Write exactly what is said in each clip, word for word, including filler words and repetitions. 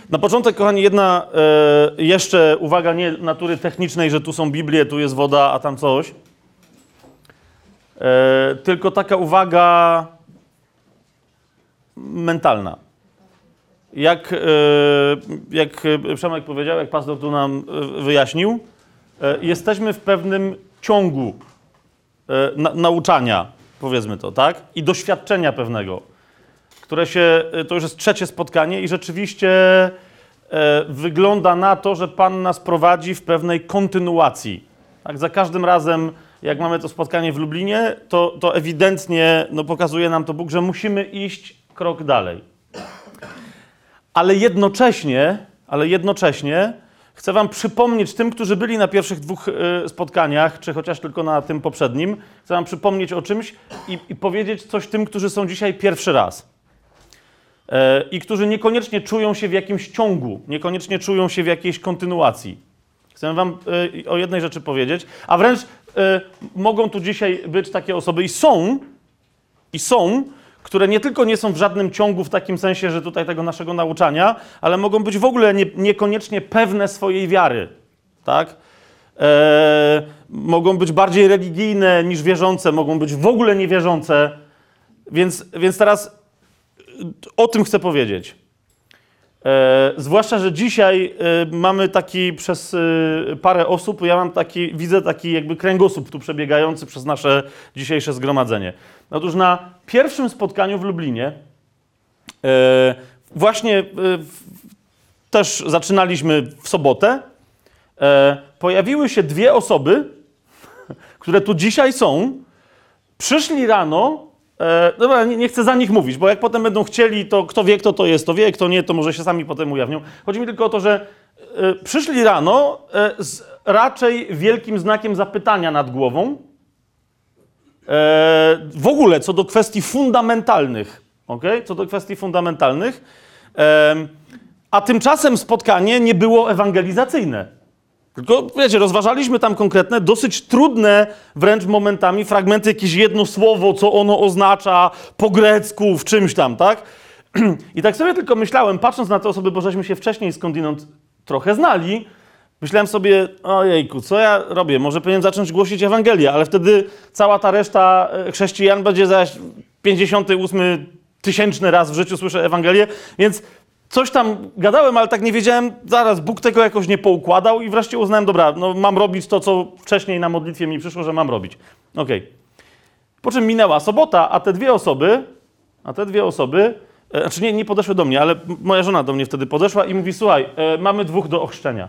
Na początek, kochani, jedna e, jeszcze uwaga nie natury technicznej, że tu są Biblie, tu jest woda, a tam coś. E, tylko taka uwaga mentalna. Jak, e, jak Przemek powiedział, jak pastor tu nam wyjaśnił, e, jesteśmy w pewnym ciągu e, na, nauczania, powiedzmy to, tak? I doświadczenia pewnego, które się, to już jest trzecie spotkanie i rzeczywiście e, wygląda na to, że Pan nas prowadzi w pewnej kontynuacji. Tak? Za każdym razem, jak mamy to spotkanie w Lublinie, to, to ewidentnie no, pokazuje nam to Bóg, że musimy iść krok dalej. Ale jednocześnie, ale jednocześnie chcę wam przypomnieć tym, którzy byli na pierwszych dwóch y, spotkaniach, czy chociaż tylko na tym poprzednim, chcę wam przypomnieć o czymś i, i powiedzieć coś tym, którzy są dzisiaj pierwszy raz. I którzy niekoniecznie czują się w jakimś ciągu, niekoniecznie czują się w jakiejś kontynuacji. Chcę wam y, o jednej rzeczy powiedzieć, a wręcz y, mogą tu dzisiaj być takie osoby i są, i są, które nie tylko nie są w żadnym ciągu w takim sensie, że tutaj tego naszego nauczania, ale mogą być w ogóle nie, niekoniecznie pewne swojej wiary, tak? E, mogą być bardziej religijne niż wierzące, mogą być w ogóle niewierzące, więc, więc teraz o tym chcę powiedzieć. E, zwłaszcza, że dzisiaj e, mamy taki przez e, parę osób, ja mam taki, widzę taki jakby kręgosłup tu przebiegający przez nasze dzisiejsze zgromadzenie. Otóż na pierwszym spotkaniu w Lublinie e, właśnie e, w, też zaczynaliśmy w sobotę, e, pojawiły się dwie osoby, które tu dzisiaj są, przyszli rano. E, dobra, nie, nie chcę za nich mówić, bo jak potem będą chcieli, to kto wie, kto to jest, to wie, kto nie, to może się sami potem ujawnią. Chodzi mi tylko o to, że e, przyszli rano e, z raczej wielkim znakiem zapytania nad głową e, w ogóle co do kwestii fundamentalnych, okay? Co do kwestii fundamentalnych, e, a tymczasem spotkanie nie było ewangelizacyjne. Tylko, wiecie, rozważaliśmy tam konkretne, dosyć trudne wręcz momentami fragmenty, jakieś jedno słowo, co ono oznacza po grecku, w czymś tam, tak? I tak sobie tylko myślałem, patrząc na te osoby, bo żeśmy się wcześniej skądinąd trochę znali, myślałem sobie, ojejku, co ja robię? Może powinienem zacząć głosić Ewangelię, ale wtedy cała ta reszta chrześcijan będzie zaś pięćdziesiąty ósmy tysięczny raz w życiu słyszę Ewangelię, więc coś tam gadałem, ale tak nie wiedziałem, zaraz Bóg tego jakoś nie poukładał i wreszcie uznałem, dobra, no mam robić to, co wcześniej na modlitwie mi przyszło, że mam robić. Okej. Okay. Po czym minęła sobota, a te dwie osoby, a te dwie osoby, e, znaczy nie, nie podeszły do mnie, ale moja żona do mnie wtedy podeszła i mówi, słuchaj, e, mamy dwóch do ochrzczenia.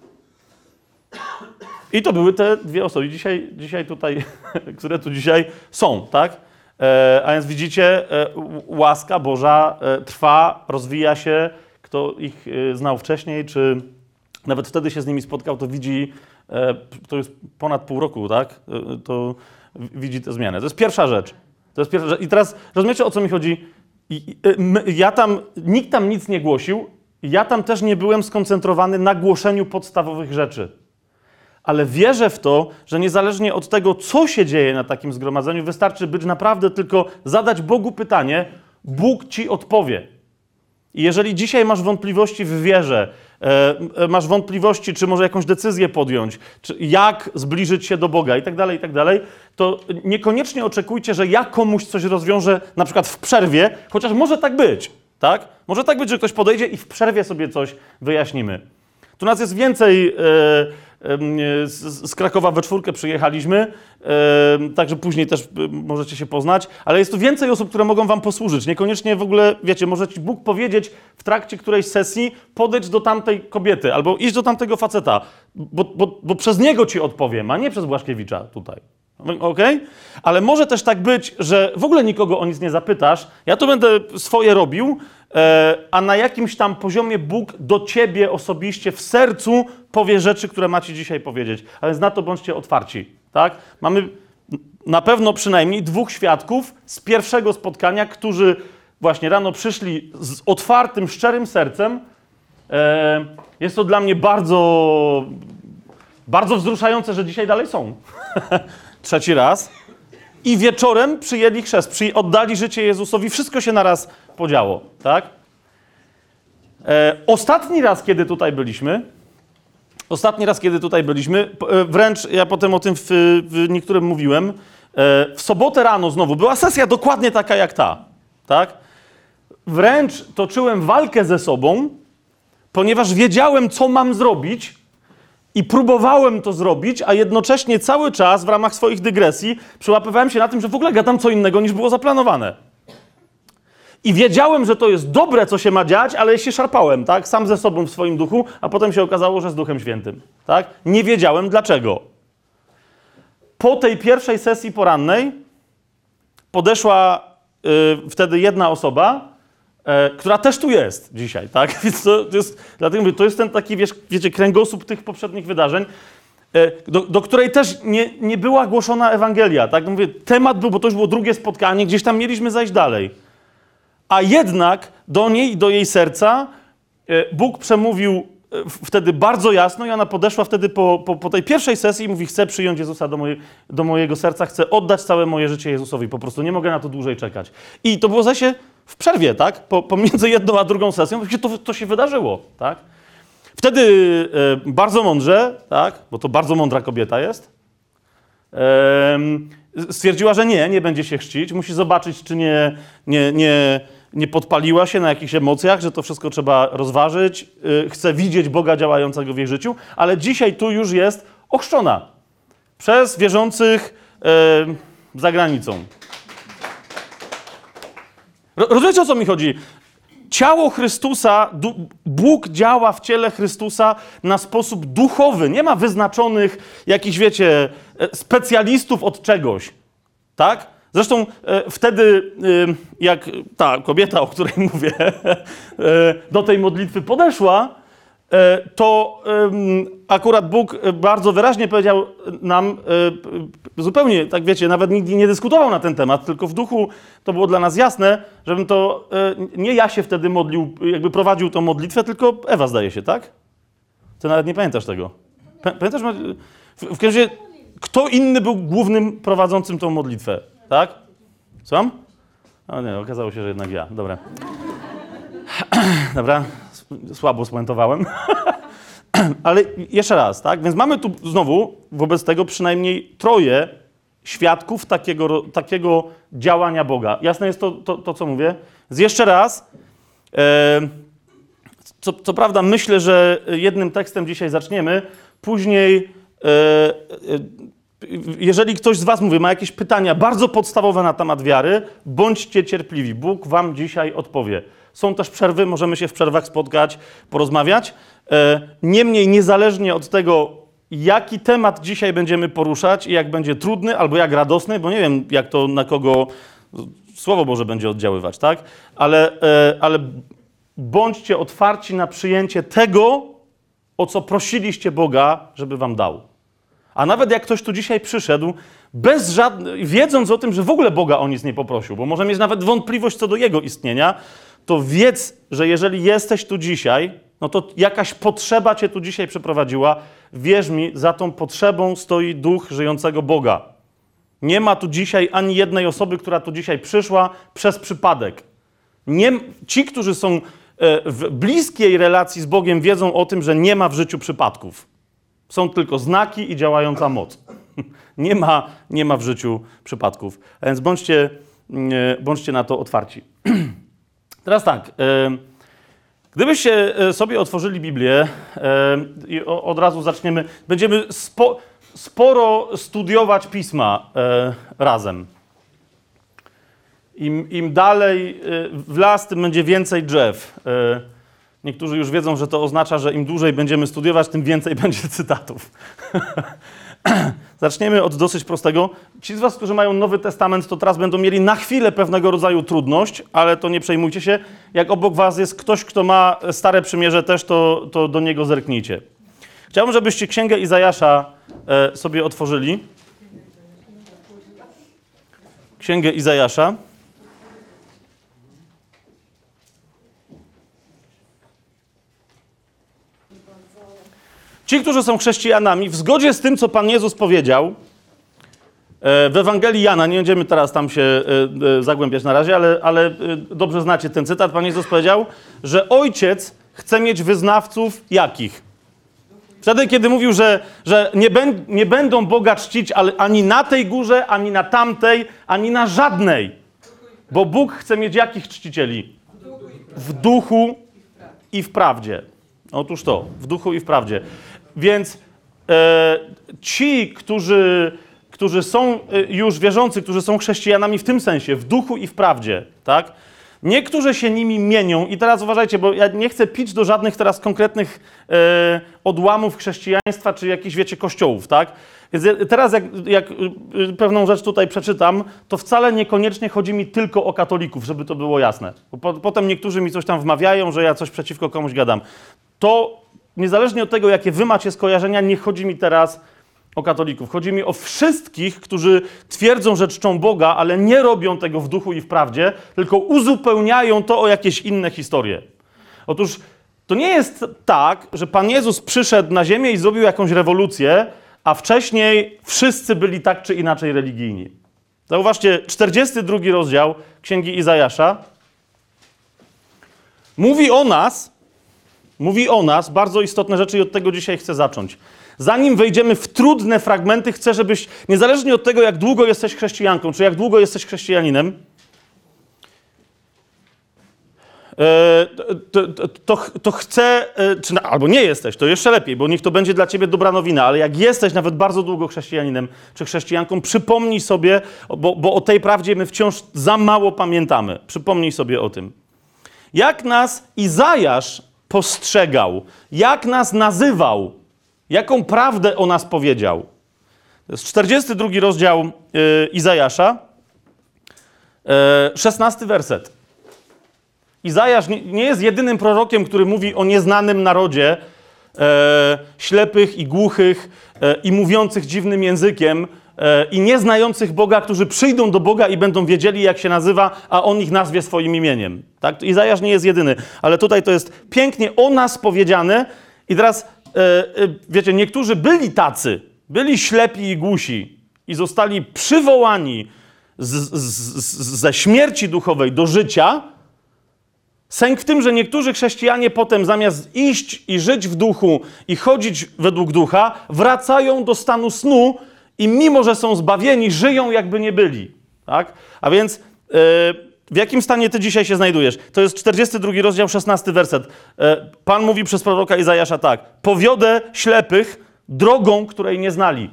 I to były te dwie osoby dzisiaj, dzisiaj tutaj, które tu dzisiaj są, tak? E, a więc widzicie, e, łaska Boża e, trwa, rozwija się. Kto ich e, znał wcześniej, czy nawet wtedy się z nimi spotkał, to widzi, e, to jest ponad pół roku, tak? E, to widzi te zmiany. To jest pierwsza rzecz. To jest pierwsza rzecz. I teraz rozumiecie, o co mi chodzi? I, e, my, ja tam, nikt tam nic nie głosił, ja tam też nie byłem skoncentrowany na głoszeniu podstawowych rzeczy. Ale wierzę w to, że niezależnie od tego, co się dzieje na takim zgromadzeniu, wystarczy być naprawdę tylko zadać Bogu pytanie, Bóg ci odpowie. I jeżeli dzisiaj masz wątpliwości w wierze, e, masz wątpliwości, czy może jakąś decyzję podjąć, czy jak zbliżyć się do Boga i tak dalej, i tak dalej, to niekoniecznie oczekujcie, że ja komuś coś rozwiążę, na przykład w przerwie, chociaż może tak być, tak? Może tak być, że ktoś podejdzie i w przerwie sobie coś wyjaśnimy. Tu nas jest więcej... E, Z, z Krakowa we czwórkę przyjechaliśmy, e, także później też możecie się poznać, ale jest tu więcej osób, które mogą wam posłużyć. Niekoniecznie w ogóle, wiecie, może ci Bóg powiedzieć w trakcie którejś sesji, podejdź do tamtej kobiety albo idź do tamtego faceta, bo, bo, bo przez niego ci odpowiem, a nie przez Błaszkiewicza tutaj. Okej? Okay? Ale może też tak być, że w ogóle nikogo o nic nie zapytasz, ja to będę swoje robił, a na jakimś tam poziomie Bóg do ciebie osobiście w sercu powie rzeczy, które macie dzisiaj powiedzieć. A więc na to bądźcie otwarci, tak? Mamy na pewno przynajmniej dwóch świadków z pierwszego spotkania, którzy właśnie rano przyszli z otwartym, szczerym sercem. Jest to dla mnie bardzo, bardzo wzruszające, że dzisiaj dalej są. Trzeci raz. I wieczorem przyjęli chrzest, przy, oddali życie Jezusowi, wszystko się naraz podziało, tak? E, ostatni raz, kiedy tutaj byliśmy, ostatni raz, kiedy tutaj byliśmy, e, wręcz ja potem o tym w, w niektórym mówiłem, e, w sobotę rano znowu była sesja dokładnie taka jak ta, tak? Wręcz toczyłem walkę ze sobą, ponieważ wiedziałem, co mam zrobić i próbowałem to zrobić, a jednocześnie cały czas w ramach swoich dygresji przyłapywałem się na tym, że w ogóle gadam co innego niż było zaplanowane. I wiedziałem, że to jest dobre, co się ma dziać, ale się szarpałem, tak? Sam ze sobą w swoim duchu, a potem się okazało, że z Duchem Świętym, tak? Nie wiedziałem dlaczego. Po tej pierwszej sesji porannej podeszła yy, wtedy jedna osoba, yy, która też tu jest dzisiaj, tak? Więc to, to jest, dlatego mówię, to jest ten taki, wiesz, wiecie, kręgosłup tych poprzednich wydarzeń, yy, do, do której też nie, nie była głoszona Ewangelia, tak? No mówię, temat był, bo to już było drugie spotkanie, gdzieś tam mieliśmy zajść dalej. A jednak do niej i do jej serca Bóg przemówił wtedy bardzo jasno i ona podeszła wtedy po, po, po tej pierwszej sesji i mówi, chcę przyjąć Jezusa do, moje, do mojego serca, chcę oddać całe moje życie Jezusowi, po prostu nie mogę na to dłużej czekać. I to było zaś w przerwie, tak? Po, pomiędzy jedną a drugą sesją to, to się wydarzyło, tak? Wtedy e, bardzo mądrze, tak? Bo to bardzo mądra kobieta jest, e, stwierdziła, że nie, nie będzie się chrzcić, musi zobaczyć, czy nie, nie, nie, nie podpaliła się na jakichś emocjach, że to wszystko trzeba rozważyć, yy, chce widzieć Boga działającego w jej życiu, ale dzisiaj tu już jest ochrzczona przez wierzących yy, za granicą. Ro, rozumiecie, o co mi chodzi? Ciało Chrystusa, du, Bóg działa w ciele Chrystusa na sposób duchowy. Nie ma wyznaczonych jakichś, wiecie, specjalistów od czegoś, tak? Zresztą e, wtedy, e, jak ta kobieta, o której mówię, e, do tej modlitwy podeszła, e, to e, akurat Bóg bardzo wyraźnie powiedział nam, e, zupełnie, tak wiecie, nawet nigdy nie dyskutował na ten temat, tylko w duchu to było dla nas jasne, żebym to, e, nie ja się wtedy modlił, jakby prowadził tą modlitwę, tylko Ewa, zdaje się, tak? Ty nawet nie pamiętasz tego. Pamiętasz? W, w każdym razie, kto inny był głównym prowadzącym tą modlitwę? Tak? Słucham? O nie, okazało się, że jednak ja. Dobra. Dobra, słabo spuentowałem. Ale jeszcze raz, tak? Więc mamy tu znowu wobec tego przynajmniej troje świadków takiego, takiego działania Boga. Jasne jest to, to, to co mówię? Więc jeszcze raz, e, co, co prawda myślę, że jednym tekstem dzisiaj zaczniemy, później e, e, jeżeli ktoś z was, mówię, ma jakieś pytania bardzo podstawowe na temat wiary, bądźcie cierpliwi. Bóg wam dzisiaj odpowie. Są też przerwy, możemy się w przerwach spotkać, porozmawiać. Niemniej, niezależnie od tego, jaki temat dzisiaj będziemy poruszać i jak będzie trudny albo jak radosny, bo nie wiem, jak to na kogo Słowo Boże będzie oddziaływać, tak? Ale, ale bądźcie otwarci na przyjęcie tego, o co prosiliście Boga, żeby wam dał. A nawet jak ktoś tu dzisiaj przyszedł, bez żadnej, wiedząc o tym, że w ogóle Boga o nic nie poprosił, bo może mieć nawet wątpliwość co do Jego istnienia, to wiedz, że jeżeli jesteś tu dzisiaj, no to jakaś potrzeba cię tu dzisiaj przeprowadziła. Wierz mi, za tą potrzebą stoi Duch żyjącego Boga. Nie ma tu dzisiaj ani jednej osoby, która tu dzisiaj przyszła przez przypadek. Nie, ci, którzy są w bliskiej relacji z Bogiem, wiedzą o tym, że nie ma w życiu przypadków. Są tylko znaki i działająca moc. Nie ma, nie ma w życiu przypadków. A więc bądźcie, bądźcie na to otwarci. Teraz tak. Gdybyście sobie otworzyli Biblię i od razu zaczniemy, będziemy spo, sporo studiować Pisma razem. Im, im dalej w las, tym będzie więcej drzew. Niektórzy już wiedzą, że to oznacza, że im dłużej będziemy studiować, tym więcej będzie cytatów. Zaczniemy od dosyć prostego. Ci z was, którzy mają Nowy Testament, to teraz będą mieli na chwilę pewnego rodzaju trudność, ale to nie przejmujcie się. Jak obok was jest ktoś, kto ma Stare Przymierze też, to, to do niego zerknijcie. Chciałbym, żebyście Księgę Izajasza e, sobie otworzyli. Księgę Izajasza. Ci, którzy są chrześcijanami, w zgodzie z tym, co Pan Jezus powiedział w Ewangelii Jana, nie będziemy teraz tam się zagłębiać na razie, ale, ale dobrze znacie ten cytat. Pan Jezus powiedział, że Ojciec chce mieć wyznawców jakich? Wtedy, kiedy mówił, że, że nie, ben, nie będą Boga czcić ale ani na tej górze, ani na tamtej, ani na żadnej. Bo Bóg chce mieć jakich czcicieli? W duchu i w prawdzie. Otóż to, w duchu i w prawdzie. Więc e, ci, którzy, którzy są już wierzący, którzy są chrześcijanami w tym sensie, w duchu i w prawdzie, tak? Niektórzy się nimi mienią i teraz uważajcie, bo ja nie chcę pić do żadnych teraz konkretnych e, odłamów chrześcijaństwa, czy jakichś, wiecie, kościołów, tak? Więc teraz jak, jak pewną rzecz tutaj przeczytam, to wcale niekoniecznie chodzi mi tylko o katolików, żeby to było jasne. Bo po, potem niektórzy mi coś tam wmawiają, że ja coś przeciwko komuś gadam. To niezależnie od tego, jakie wy macie skojarzenia, nie chodzi mi teraz o katolików. Chodzi mi o wszystkich, którzy twierdzą, że czczą Boga, ale nie robią tego w duchu i w prawdzie, tylko uzupełniają to o jakieś inne historie. Otóż to nie jest tak, że Pan Jezus przyszedł na ziemię i zrobił jakąś rewolucję, a wcześniej wszyscy byli tak czy inaczej religijni. Zauważcie, czterdziesty drugi rozdział Księgi Izajasza mówi o nas, mówi o nas bardzo istotne rzeczy i od tego dzisiaj chcę zacząć. Zanim wejdziemy w trudne fragmenty, chcę, żebyś, niezależnie od tego, jak długo jesteś chrześcijanką, czy jak długo jesteś chrześcijaninem, to, to, to, to chcę, czy, albo nie jesteś, to jeszcze lepiej, bo niech to będzie dla ciebie dobra nowina, ale jak jesteś nawet bardzo długo chrześcijaninem, czy chrześcijanką, przypomnij sobie, bo, bo o tej prawdzie my wciąż za mało pamiętamy. Przypomnij sobie o tym. Jak nas Izajasz postrzegał, jak nas nazywał, jaką prawdę o nas powiedział. To jest czterdziesty drugi rozdział yy, Izajasza, yy, szesnasty werset. Izajasz nie, nie jest jedynym prorokiem, który mówi o nieznanym narodzie, e, ślepych i głuchych e, i mówiących dziwnym językiem e, i nieznających Boga, którzy przyjdą do Boga i będą wiedzieli, jak się nazywa, a On ich nazwie swoim imieniem. Tak? Izajasz nie jest jedyny, ale tutaj to jest pięknie o nas powiedziane. I teraz, e, e, wiecie, niektórzy byli tacy, byli ślepi i głusi i zostali przywołani z, z, z, ze śmierci duchowej do życia. Sęk w tym, że niektórzy chrześcijanie potem zamiast iść i żyć w duchu i chodzić według ducha, wracają do stanu snu i mimo, że są zbawieni, żyją jakby nie byli. Tak? A więc yy, w jakim stanie ty dzisiaj się znajdujesz? To jest czterdziesty drugi rozdział, szesnasty werset. Yy, Pan mówi przez proroka Izajasza tak. Powiodę ślepych drogą, której nie znali.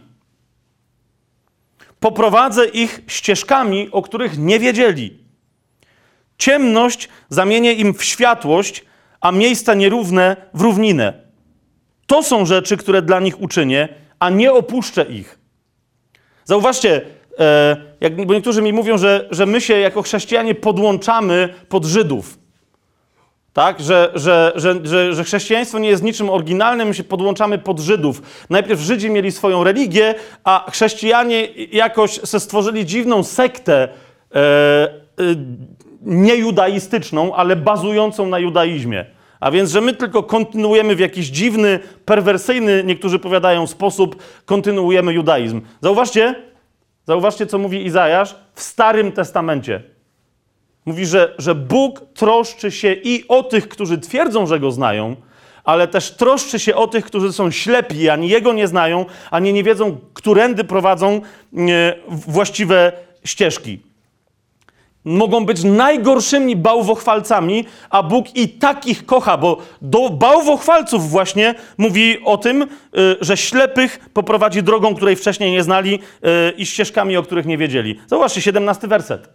Poprowadzę ich ścieżkami, o których nie wiedzieli. Ciemność zamienię im w światłość, a miejsca nierówne w równinę. To są rzeczy, które dla nich uczynię, a nie opuszczę ich. Zauważcie, e, jak, bo niektórzy mi mówią, że, że my się jako chrześcijanie podłączamy pod Żydów. Tak? Że, że, że, że, że chrześcijaństwo nie jest niczym oryginalnym, my się podłączamy pod Żydów. Najpierw Żydzi mieli swoją religię, a chrześcijanie jakoś se stworzyli dziwną sektę e, e, niejudaistyczną, ale bazującą na judaizmie. A więc, że my tylko kontynuujemy w jakiś dziwny, perwersyjny, niektórzy powiadają, sposób, kontynuujemy judaizm. Zauważcie, zauważcie, co mówi Izajasz w Starym Testamencie. Mówi, że, że Bóg troszczy się i o tych, którzy twierdzą, że Go znają, ale też troszczy się o tych, którzy są ślepi, ani Jego nie znają, ani nie wiedzą, którędy prowadzą e, właściwe ścieżki. Mogą być najgorszymi bałwochwalcami, a Bóg i tak ich kocha, bo do bałwochwalców właśnie mówi o tym, że ślepych poprowadzi drogą, której wcześniej nie znali i ścieżkami, o których nie wiedzieli. Zobaczcie, siedemnasty werset.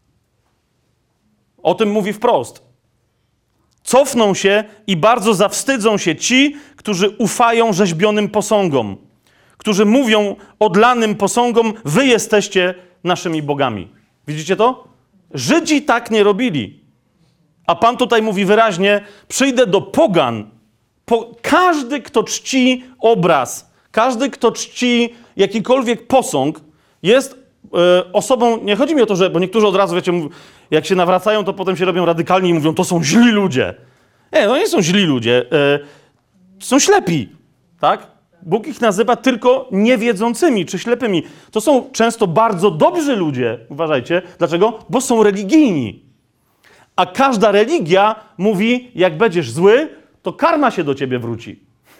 O tym mówi wprost. Cofną się i bardzo zawstydzą się ci, którzy ufają rzeźbionym posągom, którzy mówią odlanym posągom, wy jesteście naszymi bogami. Widzicie to? Żydzi tak nie robili. A Pan tutaj mówi wyraźnie, przyjdę do pogan. Po, każdy, kto czci obraz, każdy, kto czci jakikolwiek posąg, jest e, osobą, nie chodzi mi o to, że, bo niektórzy od razu, wiecie, jak się nawracają, to potem się robią radykalni i mówią, to są źli ludzie. Nie, no nie są źli ludzie. E, są ślepi, tak? Bóg ich nazywa tylko niewiedzącymi czy ślepymi. To są często bardzo dobrzy ludzie, uważajcie. Dlaczego? Bo są religijni. A każda religia mówi, jak będziesz zły, to karma się do ciebie wróci.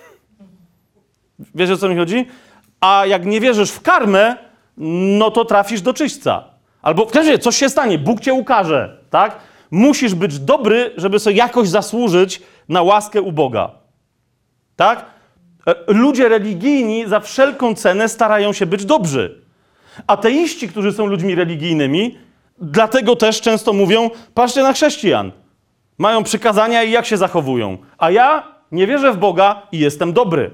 Wiesz, o co mi chodzi? A jak nie wierzysz w karmę, no to trafisz do czyśćca. Albo w każdym razie coś się stanie, Bóg cię ukarze, tak? Musisz być dobry, żeby sobie jakoś zasłużyć na łaskę u Boga. Tak? Ludzie religijni za wszelką cenę starają się być dobrzy. Ateiści, którzy są ludźmi religijnymi, dlatego też często mówią, patrzcie na chrześcijan. Mają przykazania i jak się zachowują. A ja nie wierzę w Boga i jestem dobry.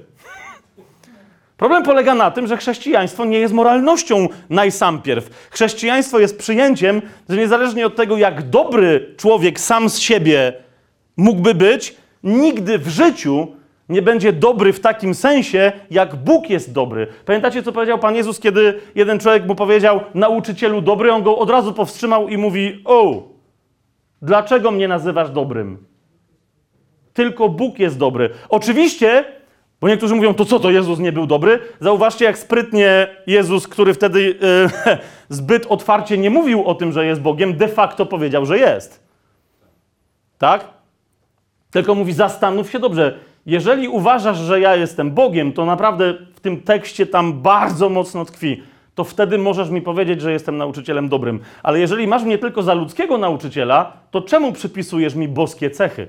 Problem polega na tym, że chrześcijaństwo nie jest moralnością najsampierw. Chrześcijaństwo jest przyjęciem, że niezależnie od tego, jak dobry człowiek sam z siebie mógłby być, nigdy w życiu nie będzie dobry w takim sensie, jak Bóg jest dobry. Pamiętacie, co powiedział Pan Jezus, kiedy jeden człowiek mu powiedział, nauczycielu dobry, on go od razu powstrzymał i mówi, o, dlaczego mnie nazywasz dobrym? Tylko Bóg jest dobry. Oczywiście, bo niektórzy mówią, to co, to Jezus nie był dobry? Zauważcie, jak sprytnie Jezus, który wtedy e, zbyt otwarcie nie mówił o tym, że jest Bogiem, de facto powiedział, że jest. Tak? Tylko mówi, zastanów się dobrze. Jeżeli uważasz, że ja jestem Bogiem, to naprawdę w tym tekście tam bardzo mocno tkwi. To wtedy możesz mi powiedzieć, że jestem nauczycielem dobrym. Ale jeżeli masz mnie tylko za ludzkiego nauczyciela, to czemu przypisujesz mi boskie cechy?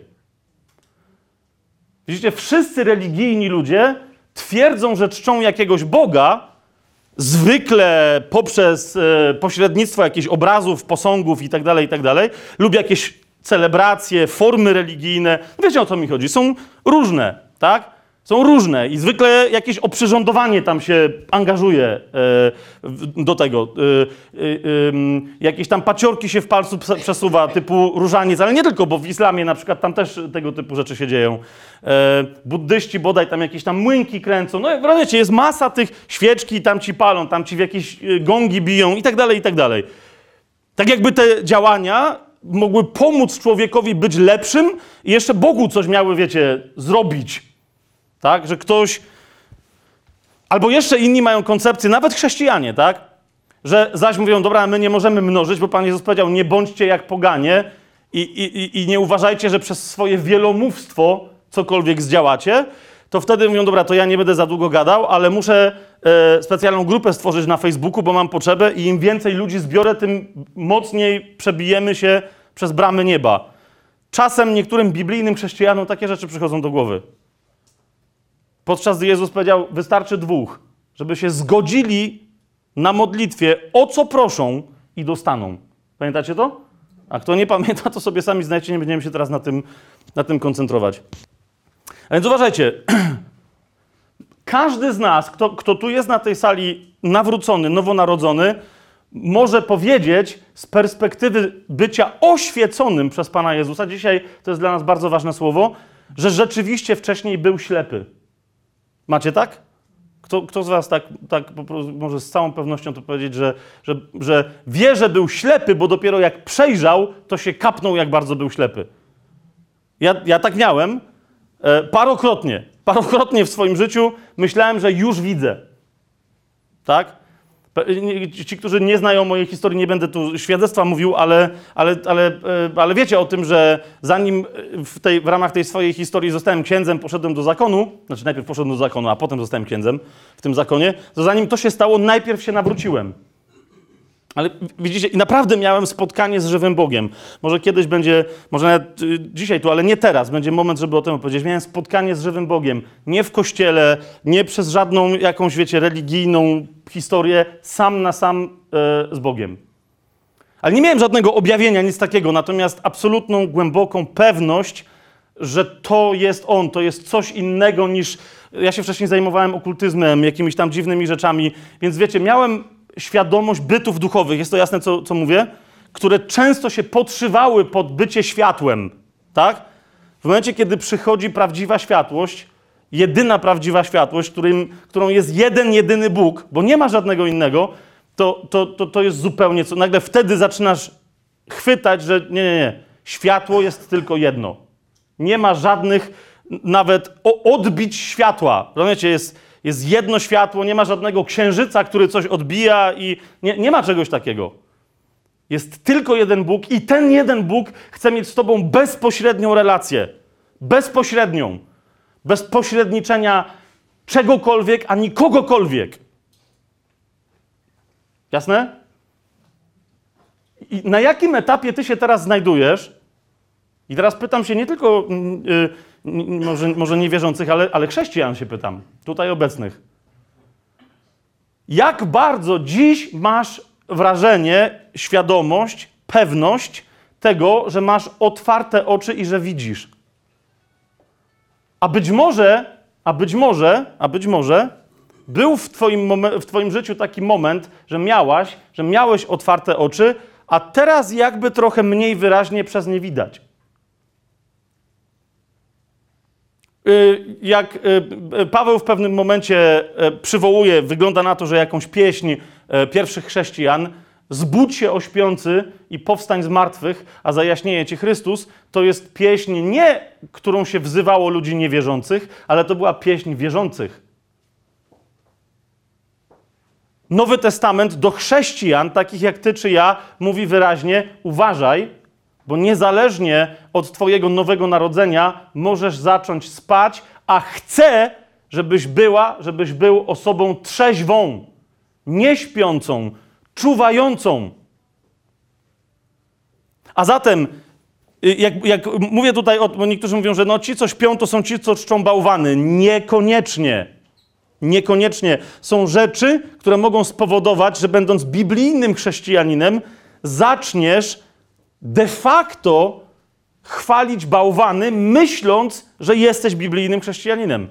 Widzicie, wszyscy religijni ludzie twierdzą, że czczą jakiegoś Boga, zwykle poprzez e, pośrednictwo jakichś obrazów, posągów itd., itd., lub jakieś celebracje, formy religijne. Wiecie, o co mi chodzi? Są różne, tak? Są różne i zwykle jakieś oprzyrządowanie tam się angażuje e, w, do tego. E, e, e, jakieś tam paciorki się w palcu przesuwa, typu różaniec, ale nie tylko, bo w islamie na przykład tam też tego typu rzeczy się dzieją. E, buddyści bodaj tam jakieś tam młynki kręcą. No wiecie, jest masa tych świeczki, tam ci palą, tam ci w jakieś gongi biją i tak dalej, i tak dalej. Tak jakby te działania mogły pomóc człowiekowi być lepszym i jeszcze Bogu coś miały, wiecie, zrobić. Tak, że ktoś... Albo jeszcze inni mają koncepcję, nawet chrześcijanie, tak? Że zaś mówią, dobra, my nie możemy mnożyć, bo Pan Jezus powiedział, nie bądźcie jak poganie i, i, i nie uważajcie, że przez swoje wielomówstwo cokolwiek zdziałacie, to wtedy mówią, dobra, to ja nie będę za długo gadał, ale muszę e, specjalną grupę stworzyć na Facebooku, bo mam potrzebę i im więcej ludzi zbiorę, tym mocniej przebijemy się przez bramy nieba. Czasem niektórym biblijnym chrześcijanom takie rzeczy przychodzą do głowy. Podczas gdy Jezus powiedział, wystarczy dwóch, żeby się zgodzili na modlitwie, o co proszą i dostaną. Pamiętacie to? A kto nie pamięta, to sobie sami znajdźcie, nie będziemy się teraz na tym, na tym koncentrować. A więc uważajcie, każdy z nas, kto, kto tu jest na tej sali nawrócony, nowonarodzony, może powiedzieć z perspektywy bycia oświeconym przez Pana Jezusa, dzisiaj to jest dla nas bardzo ważne słowo, że rzeczywiście wcześniej był ślepy. Macie tak? Kto, kto z was tak, tak po prostu może z całą pewnością to powiedzieć, że, że, że wie, że był ślepy, bo dopiero jak przejrzał, to się kapnął, jak bardzo był ślepy. Ja, ja tak miałem e, parokrotnie. Parokrotnie w swoim życiu myślałem, że już widzę. Tak? Ci, którzy nie znają mojej historii, nie będę tu świadectwa mówił, ale, ale, ale, ale wiecie o tym, że zanim w, tej, w ramach tej swojej historii zostałem księdzem, poszedłem do zakonu, znaczy najpierw poszedłem do zakonu, a potem zostałem księdzem w tym zakonie, to zanim to się stało, najpierw się nawróciłem. Ale widzicie, i naprawdę miałem spotkanie z żywym Bogiem. Może kiedyś będzie, może nawet y, dzisiaj tu, ale nie teraz, będzie moment, żeby o tym opowiedzieć. Miałem spotkanie z żywym Bogiem. Nie w kościele, nie przez żadną jakąś, wiecie, religijną historię, sam na sam y, z Bogiem. Ale nie miałem żadnego objawienia, nic takiego, natomiast absolutną, głęboką pewność, że to jest On, to jest coś innego niż... Ja się wcześniej zajmowałem okultyzmem, jakimiś tam dziwnymi rzeczami, więc wiecie, miałem świadomość bytów duchowych, jest to jasne, co, co mówię, które często się podszywały pod bycie światłem, tak? W momencie, kiedy przychodzi prawdziwa światłość, jedyna prawdziwa światłość, którym, którą jest jeden, jedyny Bóg, bo nie ma żadnego innego, to, to, to, to jest zupełnie co. Nagle wtedy zaczynasz chwytać, że nie, nie, nie. Światło jest tylko jedno. Nie ma żadnych nawet odbić światła. Rozumiecie, jest, jest jedno światło, nie ma żadnego księżyca, który coś odbija i nie, nie ma czegoś takiego. Jest tylko jeden Bóg i ten jeden Bóg chce mieć z tobą bezpośrednią relację. bezpośrednią, bez pośredniczenia czegokolwiek ani kogokolwiek. Jasne? I na jakim etapie ty się teraz znajdujesz? I teraz pytam się nie tylko yy, yy, może, może niewierzących, ale, ale chrześcijan się pytam, tutaj obecnych. Jak bardzo dziś masz wrażenie, świadomość, pewność tego, że masz otwarte oczy i że widzisz? A być może, a być może, a być może był w twoim, momen- w twoim życiu taki moment, że miałaś, że miałeś otwarte oczy, a teraz jakby trochę mniej wyraźnie przez nie widać. Jak Paweł w pewnym momencie przywołuje, wygląda na to, że jakąś pieśń pierwszych chrześcijan, zbudź się, o śpiący, i powstań z martwych, a zajaśnieje ci Chrystus, to jest pieśń nie, którą się wzywało ludzi niewierzących, ale to była pieśń wierzących. Nowy Testament do chrześcijan, takich jak ty czy ja, mówi wyraźnie, uważaj, bo niezależnie od twojego nowego narodzenia możesz zacząć spać, a chcę, żebyś była, żebyś był osobą trzeźwą, nie śpiącą, czuwającą. A zatem, jak, jak mówię tutaj, o, bo niektórzy mówią, że no ci, co śpią, to są ci, co czczą bałwany. Niekoniecznie. Niekoniecznie. Są rzeczy, które mogą spowodować, że będąc biblijnym chrześcijaninem, zaczniesz de facto chwalić bałwany, myśląc, że jesteś biblijnym chrześcijaninem.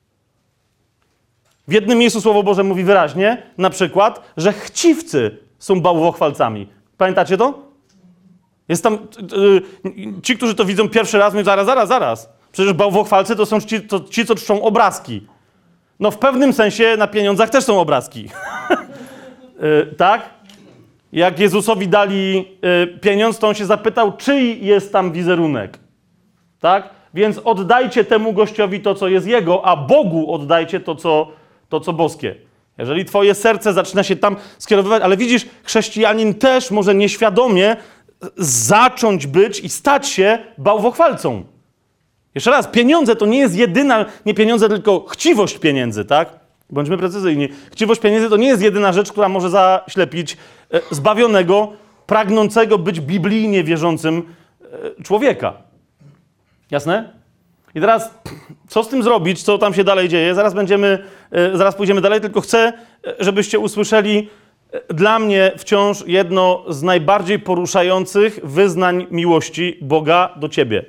W jednym miejscu Słowo Boże mówi wyraźnie, na przykład, że chciwcy są bałwochwalcami. Pamiętacie to? Jest tam, yy, ci, którzy to widzą pierwszy raz, mówią, zaraz, zaraz, zaraz. Przecież bałwochwalcy to są ci, to, ci, co czczą obrazki. No w pewnym sensie na pieniądzach też są obrazki. yy, tak? Jak Jezusowi dali y, pieniądz, to on się zapytał, czyj jest tam wizerunek. Tak? Więc oddajcie temu gościowi to, co jest jego, a Bogu oddajcie to, co, to, co boskie. Jeżeli twoje serce zaczyna się tam skierowywać, ale widzisz, chrześcijanin też może nieświadomie zacząć być i stać się bałwochwalcą. Jeszcze raz, pieniądze to nie jest jedyna, nie pieniądze, tylko chciwość pieniędzy, tak? Bądźmy precyzyjni. Chciwość pieniędzy to nie jest jedyna rzecz, która może zaślepić e, zbawionego, pragnącego być biblijnie wierzącym e, człowieka. Jasne? I teraz, co z tym zrobić, co tam się dalej dzieje? Zaraz będziemy, e, zaraz pójdziemy dalej, tylko chcę, e, żebyście usłyszeli e, dla mnie wciąż jedno z najbardziej poruszających wyznań miłości Boga do ciebie.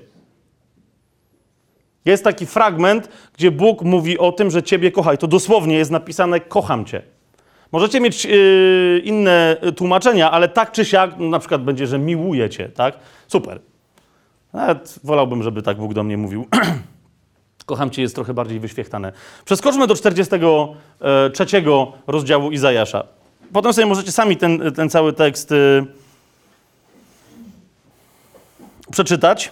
Jest taki fragment, gdzie Bóg mówi o tym, że ciebie kocha. I to dosłownie jest napisane, kocham cię. Możecie mieć yy, inne tłumaczenia, ale tak czy siak, no, na przykład będzie, że miłuję cię, tak? Super. Nawet wolałbym, żeby tak Bóg do mnie mówił. Kocham cię jest trochę bardziej wyświechtane. Przeskoczmy do czterdziestego trzeciego rozdziału Izajasza. Potem sobie możecie sami ten, ten cały tekst yy, przeczytać.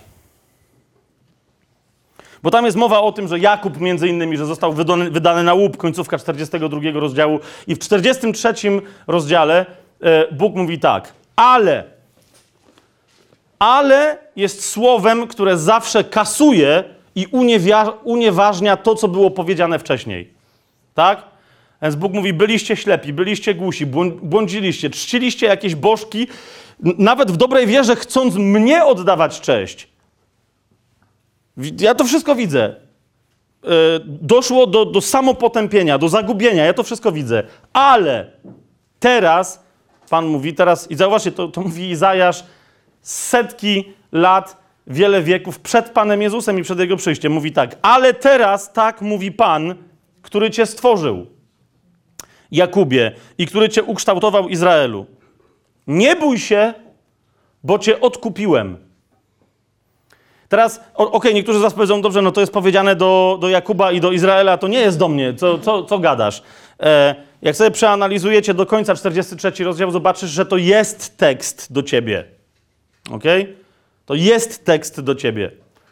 Bo tam jest mowa o tym, że Jakub między innymi, że został wydany, wydany na łup, końcówka czterdziestego drugiego rozdziału. I w czterdziestym trzecim rozdziale e, Bóg mówi tak. Ale, ale jest słowem, które zawsze kasuje i uniewia, unieważnia to, co było powiedziane wcześniej. Tak? Więc Bóg mówi, byliście ślepi, byliście głusi, błądziliście, czciliście jakieś bożki, nawet w dobrej wierze chcąc mnie oddawać cześć. Ja to wszystko widzę. Doszło do, do samopotępienia, do zagubienia. Ja to wszystko widzę. Ale teraz, Pan mówi teraz, i zauważcie, to, to mówi Izajasz setki lat, wiele wieków przed Panem Jezusem i przed Jego przyjściem. Mówi tak, ale teraz tak mówi Pan, który cię stworzył, Jakubie, i który cię ukształtował, Izraelu. Nie bój się, bo cię odkupiłem. Teraz, okej, okay, niektórzy z was powiedzą, dobrze, no to jest powiedziane do, do Jakuba i do Izraela, to nie jest do mnie, co, co, co gadasz? E, jak sobie przeanalizujecie do końca czterdziesty trzeci rozdział, zobaczysz, że to jest tekst do ciebie. Okej? Okay? To jest tekst do ciebie.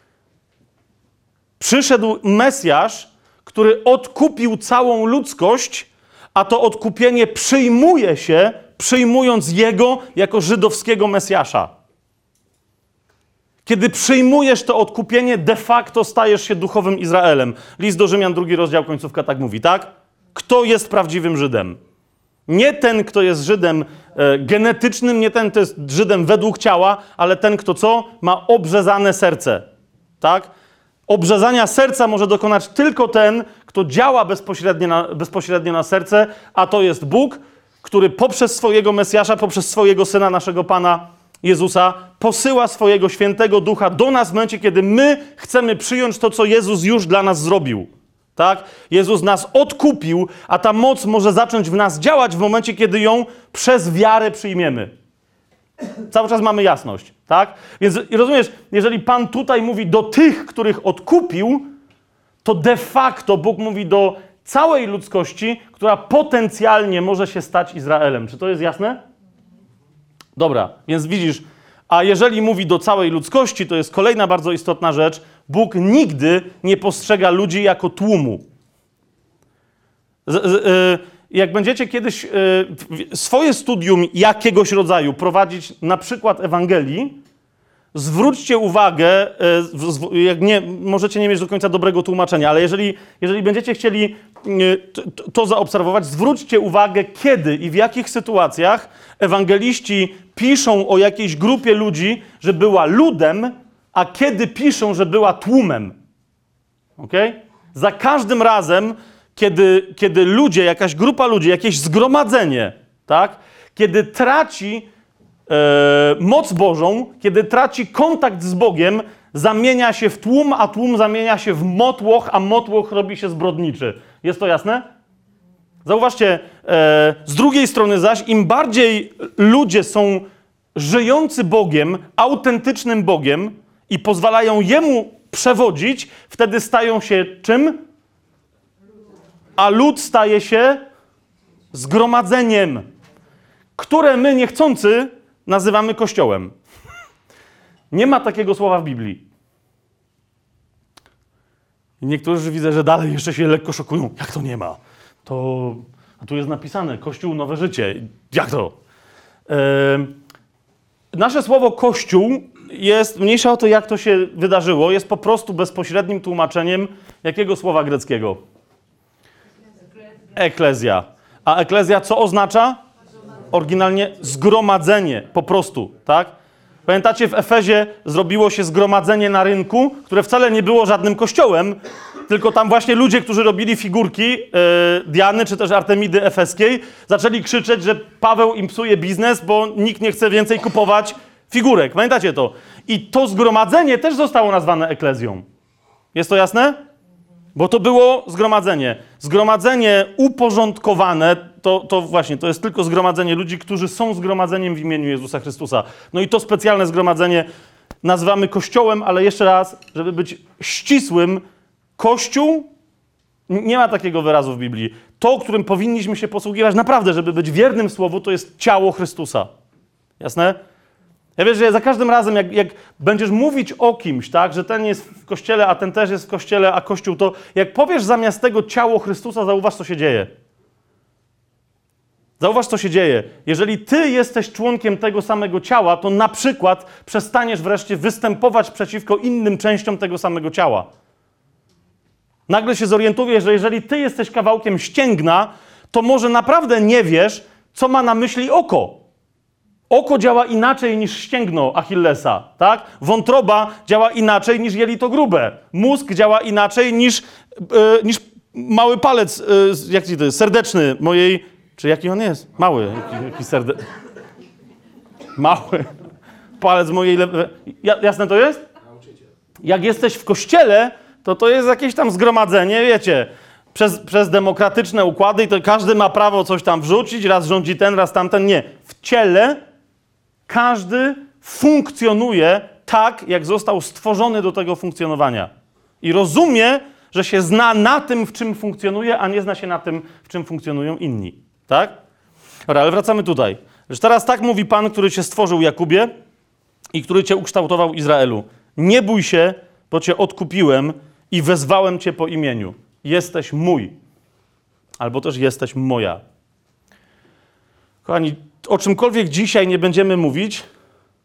Przyszedł Mesjasz, który odkupił całą ludzkość, a to odkupienie przyjmuje się, przyjmując Jego jako żydowskiego Mesjasza. Kiedy przyjmujesz to odkupienie, de facto stajesz się duchowym Izraelem. List do Rzymian, drugi rozdział, końcówka tak mówi, tak? Kto jest prawdziwym Żydem? Nie ten, kto jest Żydem e, genetycznym, nie ten, kto jest Żydem według ciała, ale ten, kto co? Ma obrzezane serce, tak? Obrzezania serca może dokonać tylko ten, kto działa bezpośrednio na, bezpośrednio na serce, a to jest Bóg, który poprzez swojego Mesjasza, poprzez swojego Syna, naszego Pana Jezusa, posyła swojego Świętego Ducha do nas w momencie, kiedy my chcemy przyjąć to, co Jezus już dla nas zrobił. Tak? Jezus nas odkupił, a ta moc może zacząć w nas działać w momencie, kiedy ją przez wiarę przyjmiemy. Cały czas mamy jasność, tak? Więc rozumiesz, jeżeli Pan tutaj mówi do tych, których odkupił, to de facto Bóg mówi do całej ludzkości, która potencjalnie może się stać Izraelem. Czy to jest jasne? Dobra, więc widzisz, a jeżeli mówi do całej ludzkości, to jest kolejna bardzo istotna rzecz. Bóg nigdy nie postrzega ludzi jako tłumu. Z, z, y, jak będziecie kiedyś y, swoje studium jakiegoś rodzaju prowadzić na przykład Ewangelii, zwróćcie uwagę, y, jak nie, możecie nie mieć do końca dobrego tłumaczenia, ale jeżeli, jeżeli będziecie chcieli y, to, to zaobserwować, zwróćcie uwagę, kiedy i w jakich sytuacjach ewangeliści piszą o jakiejś grupie ludzi, że była ludem, a kiedy piszą, że była tłumem. Okay? Za każdym razem, kiedy, kiedy ludzie, jakaś grupa ludzi, jakieś zgromadzenie, tak? Kiedy traci e, moc Bożą, kiedy traci kontakt z Bogiem, zamienia się w tłum, a tłum zamienia się w motłoch, a motłoch robi się zbrodniczy. Jest to jasne? Zauważcie, e, z drugiej strony zaś, im bardziej ludzie są żyjący Bogiem, autentycznym Bogiem i pozwalają Jemu przewodzić, wtedy stają się czym? A lud staje się zgromadzeniem, które my niechcący nazywamy Kościołem. Nie ma takiego słowa w Biblii. I niektórzy widzę, że dalej jeszcze się lekko szokują. Jak to nie ma? To a tu jest napisane Kościół, nowe życie. Jak to? Yy, nasze słowo Kościół jest, mniejsza o to, jak to się wydarzyło, jest po prostu bezpośrednim tłumaczeniem jakiego słowa greckiego? Eklezja. A eklezja co oznacza? Oryginalnie zgromadzenie, po prostu, tak? Pamiętacie, w Efezie zrobiło się zgromadzenie na rynku, które wcale nie było żadnym kościołem, tylko tam właśnie ludzie, którzy robili figurki yy, Diany czy też Artemidy Efeskiej, zaczęli krzyczeć, że Paweł im psuje biznes, bo nikt nie chce więcej kupować figurek. Pamiętacie to? I to zgromadzenie też zostało nazwane eklezją. Jest to jasne? Bo to było zgromadzenie. Zgromadzenie uporządkowane, to, to właśnie, to jest tylko zgromadzenie ludzi, którzy są zgromadzeniem w imieniu Jezusa Chrystusa. No i to specjalne zgromadzenie nazywamy Kościołem, ale jeszcze raz, żeby być ścisłym, Kościół, nie ma takiego wyrazu w Biblii. To, którym powinniśmy się posługiwać naprawdę, żeby być wiernym Słowu, to jest ciało Chrystusa. Jasne? Ja wiesz, że za każdym razem, jak, jak będziesz mówić o kimś, tak, że ten jest w Kościele, a ten też jest w Kościele, a Kościół to, jak powiesz zamiast tego ciało Chrystusa, zauważ, co się dzieje. Zauważ, co się dzieje. Jeżeli ty jesteś członkiem tego samego ciała, to na przykład przestaniesz wreszcie występować przeciwko innym częściom tego samego ciała. Nagle się zorientujesz, że jeżeli ty jesteś kawałkiem ścięgna, to może naprawdę nie wiesz, co ma na myśli oko. Oko działa inaczej niż ścięgno Achillesa, tak? Wątroba działa inaczej niż jelito grube. Mózg działa inaczej niż, yy, niż mały palec, yy, jak to jest, serdeczny mojej... Czy jaki on jest? Mały. Jaki, jaki serde... Mały. Palec mojej lewej... Ja, jasne to jest? Jak jesteś w kościele, to to jest jakieś tam zgromadzenie, wiecie, przez, przez demokratyczne układy i to każdy ma prawo coś tam wrzucić, raz rządzi ten, raz tamten. Nie. W ciele każdy funkcjonuje tak, jak został stworzony do tego funkcjonowania. I rozumie, że się zna na tym, w czym funkcjonuje, a nie zna się na tym, w czym funkcjonują inni. Tak? Dobra, ale wracamy tutaj. Że teraz tak mówi Pan, który cię stworzył, Jakubie, i który cię ukształtował, Izraelu. Nie bój się, bo cię odkupiłem i wezwałem cię po imieniu. Jesteś mój. Albo też jesteś moja. Kochani, o czymkolwiek dzisiaj nie będziemy mówić,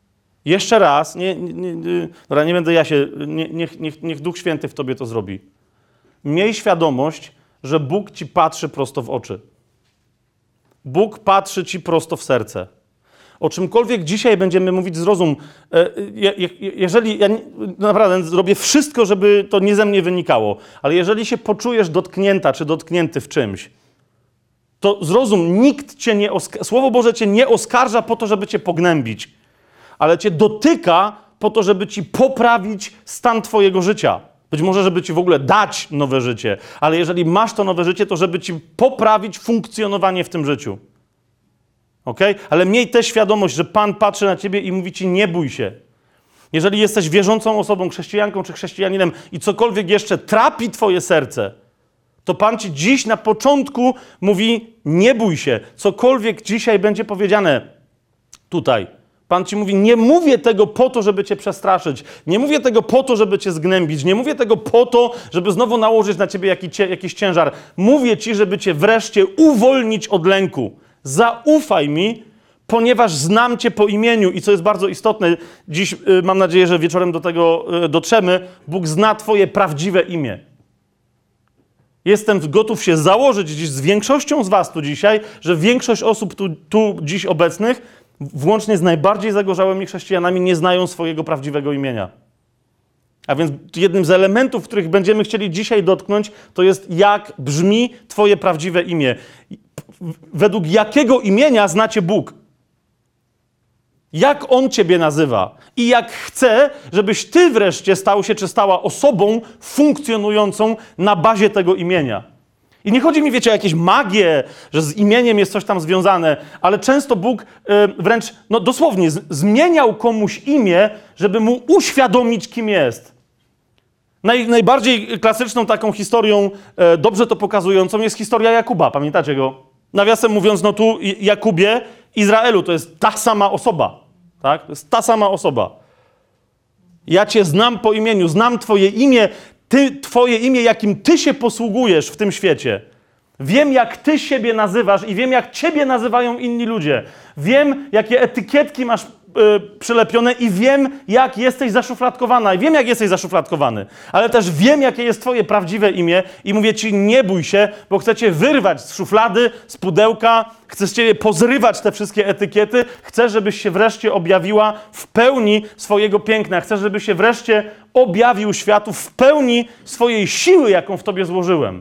Jeszcze raz, nie, nie, nie, dobra, nie będę ja się, nie, niech, niech, niech Duch Święty w tobie to zrobi. Miej świadomość, że Bóg ci patrzy prosto w oczy. Bóg patrzy ci prosto w serce. O czymkolwiek dzisiaj będziemy mówić, zrozum. Jeżeli, ja naprawdę zrobię wszystko, żeby to nie ze mnie wynikało, ale jeżeli się poczujesz dotknięta czy dotknięty w czymś, to zrozum, nikt cię nie oskarża, Słowo Boże cię nie oskarża po to, żeby cię pognębić, ale cię dotyka po to, żeby ci poprawić stan twojego życia. Być może, żeby ci w ogóle dać nowe życie, ale jeżeli masz to nowe życie, to żeby ci poprawić funkcjonowanie w tym życiu. Okay? Ale miej tę świadomość, że Pan patrzy na ciebie i mówi ci, nie bój się. Jeżeli jesteś wierzącą osobą, chrześcijanką czy chrześcijaninem i cokolwiek jeszcze trapi twoje serce, to Pan ci dziś na początku mówi, nie bój się. Cokolwiek dzisiaj będzie powiedziane tutaj. Pan ci mówi, nie mówię tego po to, żeby cię przestraszyć. Nie mówię tego po to, żeby cię zgnębić. Nie mówię tego po to, żeby znowu nałożyć na ciebie jakiś, jakiś ciężar. Mówię ci, żeby cię wreszcie uwolnić od lęku. Zaufaj mi, ponieważ znam cię po imieniu. I co jest bardzo istotne, dziś y, mam nadzieję, że wieczorem do tego y, dotrzemy, Bóg zna twoje prawdziwe imię. Jestem gotów się założyć dziś z większością z was tu dzisiaj, że większość osób tu, tu dziś obecnych, włącznie z najbardziej zagorzałymi chrześcijanami, nie znają swojego prawdziwego imienia. A więc jednym z elementów, których będziemy chcieli dzisiaj dotknąć, to jest jak brzmi twoje prawdziwe imię. Według jakiego imienia znacie Bóg? Jak On ciebie nazywa? I jak chce, żebyś ty wreszcie stał się czy stała osobą funkcjonującą na bazie tego imienia. I nie chodzi mi, wiecie, o jakieś magię, że z imieniem jest coś tam związane, ale często Bóg yy, wręcz, no dosłownie, z- zmieniał komuś imię, żeby mu uświadomić, kim jest. Naj, najbardziej klasyczną taką historią, yy, dobrze to pokazującą, jest historia Jakuba. Pamiętacie go? Nawiasem mówiąc, no tu Jakubie, Izraelu, to jest ta sama osoba. Tak? To jest ta sama osoba. Ja cię znam po imieniu, znam twoje imię, ty, twoje imię, jakim ty się posługujesz w tym świecie. Wiem, jak ty siebie nazywasz i wiem, jak ciebie nazywają inni ludzie. Wiem, jakie etykietki masz yy, przylepione i wiem, jak jesteś zaszufladkowana. I wiem, jak jesteś zaszufladkowany. Ale też wiem, jakie jest twoje prawdziwe imię i mówię ci, nie bój się, bo chcę cię wyrwać z szuflady, z pudełka, chcę z ciebie pozrywać te wszystkie etykiety. Chcę, żebyś się wreszcie objawiła w pełni swojego piękna. Chcę, żebyś się wreszcie objawił światu w pełni swojej siły, jaką w tobie złożyłem.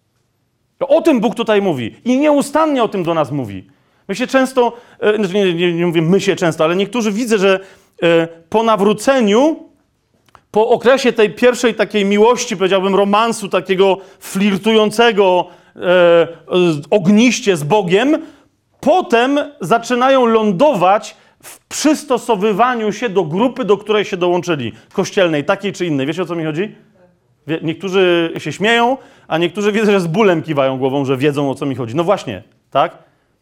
O tym Bóg tutaj mówi i nieustannie o tym do nas mówi. My się często, nie, nie, nie mówię my się często, ale niektórzy widzę, że po nawróceniu, po okresie tej pierwszej takiej miłości, powiedziałbym romansu takiego flirtującego e, ogniście z Bogiem, potem zaczynają lądować w przystosowywaniu się do grupy, do której się dołączyli, kościelnej, takiej czy innej. Wiecie, o co mi chodzi? Niektórzy się śmieją, a niektórzy wiedzą, że z bólem kiwają głową, że wiedzą, o co mi chodzi. No właśnie, tak?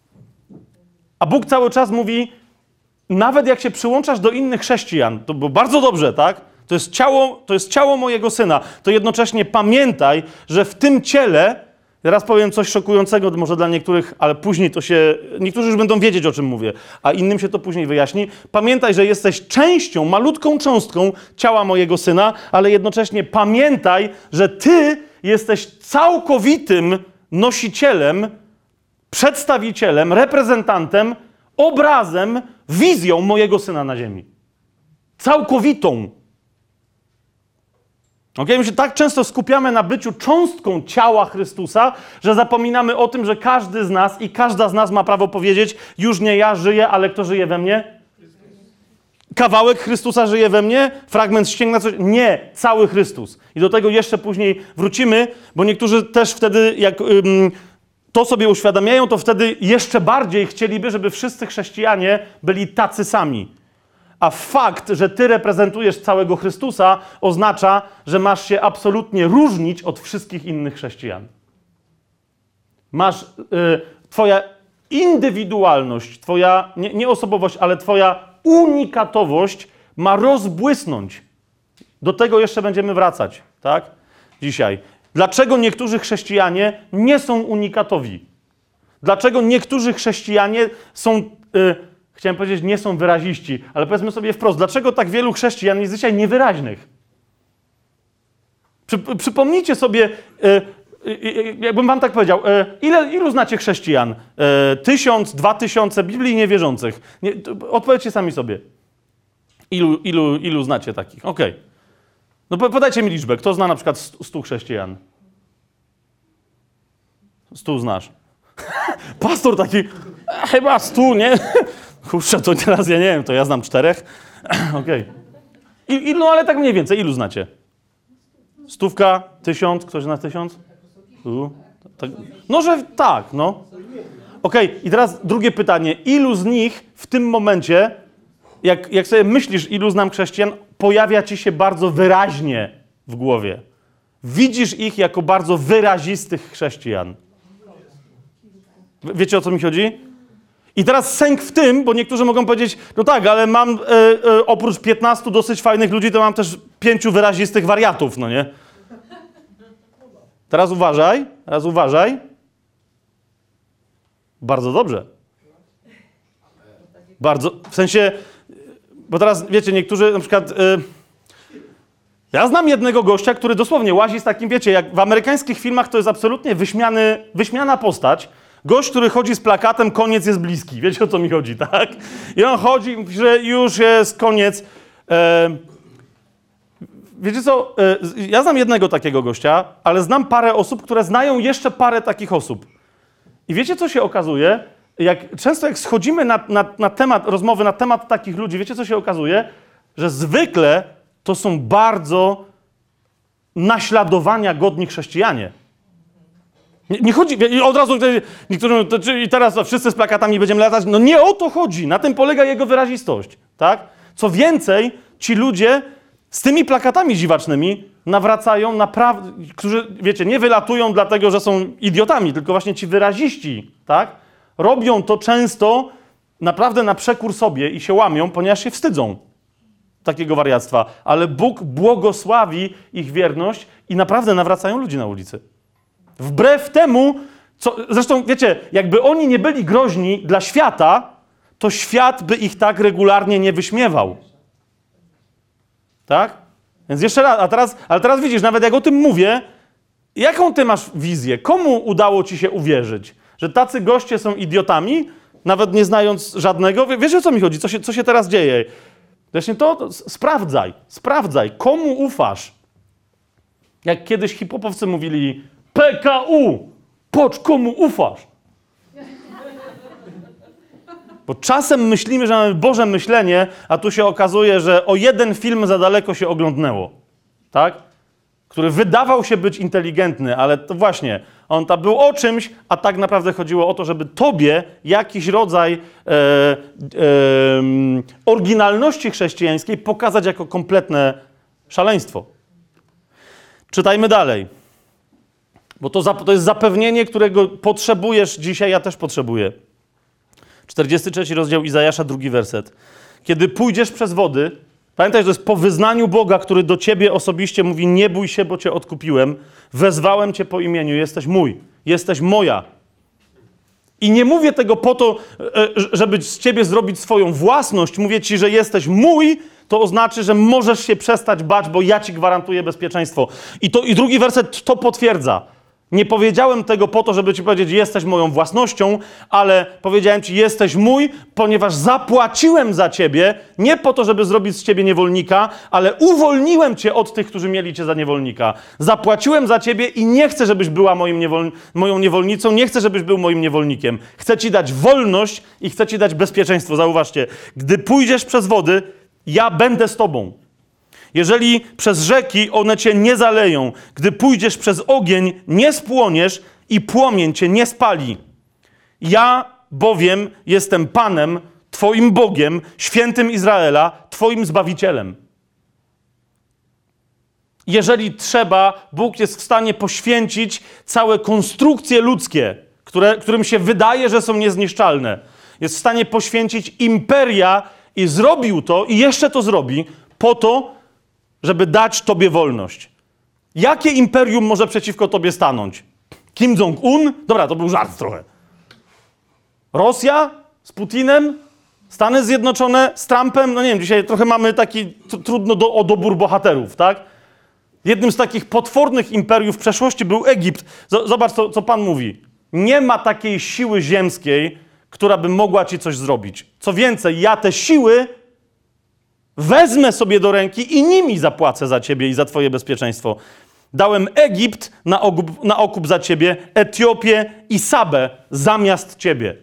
A Bóg cały czas mówi, nawet jak się przyłączasz do innych chrześcijan, to bo bardzo dobrze, tak? To jest ciało, to jest ciało mojego Syna. To jednocześnie pamiętaj, że w tym ciele, teraz powiem coś szokującego może dla niektórych, ale później to się, niektórzy już będą wiedzieć, o czym mówię, a innym się to później wyjaśni. Pamiętaj, że jesteś częścią, malutką cząstką ciała mojego Syna, ale jednocześnie pamiętaj, że ty jesteś całkowitym nosicielem, przedstawicielem, reprezentantem, obrazem, wizją mojego Syna na ziemi. Całkowitą. Okay? My się tak często skupiamy na byciu cząstką ciała Chrystusa, że zapominamy o tym, że każdy z nas i każda z nas ma prawo powiedzieć, już nie ja żyję, ale kto żyje we mnie? Kawałek Chrystusa żyje we mnie? Fragment ścięgna coś? Nie, cały Chrystus. I do tego jeszcze później wrócimy, bo niektórzy też wtedy, jak ym, to sobie uświadamiają, to wtedy jeszcze bardziej chcieliby, żeby wszyscy chrześcijanie byli tacy sami. A fakt, że ty reprezentujesz całego Chrystusa, oznacza, że masz się absolutnie różnić od wszystkich innych chrześcijan. Masz, y, twoja indywidualność, twoja, nie, nie osobowość, ale twoja unikatowość ma rozbłysnąć. Do tego jeszcze będziemy wracać, tak? Dzisiaj. Dlaczego niektórzy chrześcijanie nie są unikatowi? Dlaczego niektórzy chrześcijanie są... Y, chciałem powiedzieć, nie są wyraziści, ale powiedzmy sobie wprost, dlaczego tak wielu chrześcijan jest dzisiaj niewyraźnych? Przy, przypomnijcie sobie, e, e, jakbym wam tak powiedział, e, ile, ilu znacie chrześcijan? E, tysiąc, dwa tysiące Biblii niewierzących. Nie, odpowiedzcie sami sobie. Ilu, ilu, ilu znacie takich? Okej. Okay. No podajcie mi liczbę. Kto zna na przykład stu chrześcijan? Stu znasz. Pastor taki, e, chyba stu, nie? Kurczę, to teraz ja nie wiem, to ja znam czterech. Okej. Okay. No ale tak mniej więcej, ilu znacie? Stówka, tysiąc, ktoś zna tysiąc? U, tak. No, że tak, no. Okej, okay. I teraz drugie pytanie. Ilu z nich w tym momencie, jak, jak sobie myślisz, ilu znam chrześcijan, pojawia ci się bardzo wyraźnie w głowie? Widzisz ich jako bardzo wyrazistych chrześcijan. Wiecie, o co mi chodzi? I teraz sęk w tym, bo niektórzy mogą powiedzieć, no tak, ale mam e, e, oprócz piętnastu dosyć fajnych ludzi, to mam też pięciu wyrazistych wariatów, no nie? Teraz uważaj, teraz uważaj. Bardzo dobrze. Bardzo, w sensie, bo teraz, wiecie, niektórzy na przykład... E, ja znam jednego gościa, który dosłownie łazi z takim, wiecie, jak w amerykańskich filmach to jest absolutnie wyśmiany, wyśmiana postać. Gość, który chodzi z plakatem, koniec jest bliski. Wiecie, o co mi chodzi, tak? I on chodzi, że już jest koniec. E, wiecie co, e, ja znam jednego takiego gościa, ale znam parę osób, które znają jeszcze parę takich osób. I wiecie, co się okazuje? Jak, często jak schodzimy na, na, na temat, rozmowy na temat takich ludzi, wiecie, co się okazuje? Że zwykle to są bardzo naśladowania godni chrześcijanie. Nie, nie chodzi, i od razu niektórzy mówią, to, i teraz to wszyscy z plakatami będziemy latać. No nie o to chodzi, na tym polega jego wyrazistość, tak? Co więcej, ci ludzie z tymi plakatami dziwacznymi nawracają naprawdę, którzy, wiecie, nie wylatują dlatego, że są idiotami, tylko właśnie ci wyraziści, tak? Robią to często naprawdę na przekór sobie i się łamią, ponieważ się wstydzą takiego wariactwa. Ale Bóg błogosławi ich wierność i naprawdę nawracają ludzi na ulicy. Wbrew temu, co... Zresztą, wiecie, jakby oni nie byli groźni dla świata, to świat by ich tak regularnie nie wyśmiewał. Tak? Więc jeszcze raz, a teraz, ale teraz widzisz, nawet jak o tym mówię, jaką ty masz wizję? Komu udało ci się uwierzyć? Że tacy goście są idiotami, nawet nie znając żadnego? Wiesz, o co mi chodzi? Co się, co się teraz dzieje? Właśnie to, to sprawdzaj, sprawdzaj, komu ufasz? Jak kiedyś hip-hopowcy mówili P K U, pocz komu ufasz? Bo czasem myślimy, że mamy Boże myślenie, a tu się okazuje, że o jeden film za daleko się oglądnęło, tak? Który wydawał się być inteligentny, ale to właśnie, on tam był o czymś, a tak naprawdę chodziło o to, żeby tobie jakiś rodzaj e, e, oryginalności chrześcijańskiej pokazać jako kompletne szaleństwo. Czytajmy dalej. Bo to, za, to jest zapewnienie, którego potrzebujesz dzisiaj, ja też potrzebuję. czterdziesty trzeci rozdział Izajasza, drugi werset. Kiedy pójdziesz przez wody, pamiętaj, że to jest po wyznaniu Boga, który do ciebie osobiście mówi, nie bój się, bo cię odkupiłem, wezwałem cię po imieniu, jesteś mój, jesteś moja. I nie mówię tego po to, żeby z ciebie zrobić swoją własność, mówię ci, że jesteś mój, to oznacza, że możesz się przestać bać, bo ja ci gwarantuję bezpieczeństwo. I, to, i drugi werset to potwierdza. Nie powiedziałem tego po to, żeby ci powiedzieć, jesteś moją własnością, ale powiedziałem ci, jesteś mój, ponieważ zapłaciłem za ciebie, nie po to, żeby zrobić z ciebie niewolnika, ale uwolniłem cię od tych, którzy mieli cię za niewolnika. Zapłaciłem za ciebie i nie chcę, żebyś była moim niewol... moją niewolnicą, nie chcę, żebyś był moim niewolnikiem. Chcę ci dać wolność i chcę ci dać bezpieczeństwo. Zauważcie, gdy pójdziesz przez wody, ja będę z tobą. Jeżeli przez rzeki one cię nie zaleją, gdy pójdziesz przez ogień, nie spłoniesz i płomień cię nie spali. Ja bowiem jestem Panem, twoim Bogiem, świętym Izraela, twoim Zbawicielem. Jeżeli trzeba, Bóg jest w stanie poświęcić całe konstrukcje ludzkie, które, którym się wydaje, że są niezniszczalne. Jest w stanie poświęcić imperia i zrobił to i jeszcze to zrobi po to, żeby dać tobie wolność. Jakie imperium może przeciwko tobie stanąć? Kim Jong-un? Dobra, to był żart trochę. Rosja? Z Putinem? Stany Zjednoczone z Trumpem, no nie wiem, dzisiaj trochę mamy taki t- trudno do, o dobór bohaterów, tak? Jednym z takich potwornych imperiów w przeszłości był Egipt. Z- zobacz, co, co Pan mówi. Nie ma takiej siły ziemskiej, która by mogła ci coś zrobić. Co więcej, ja te siły wezmę sobie do ręki i nimi zapłacę za ciebie i za twoje bezpieczeństwo. Dałem Egipt na okup, na okup za ciebie, Etiopię i Sabę zamiast ciebie.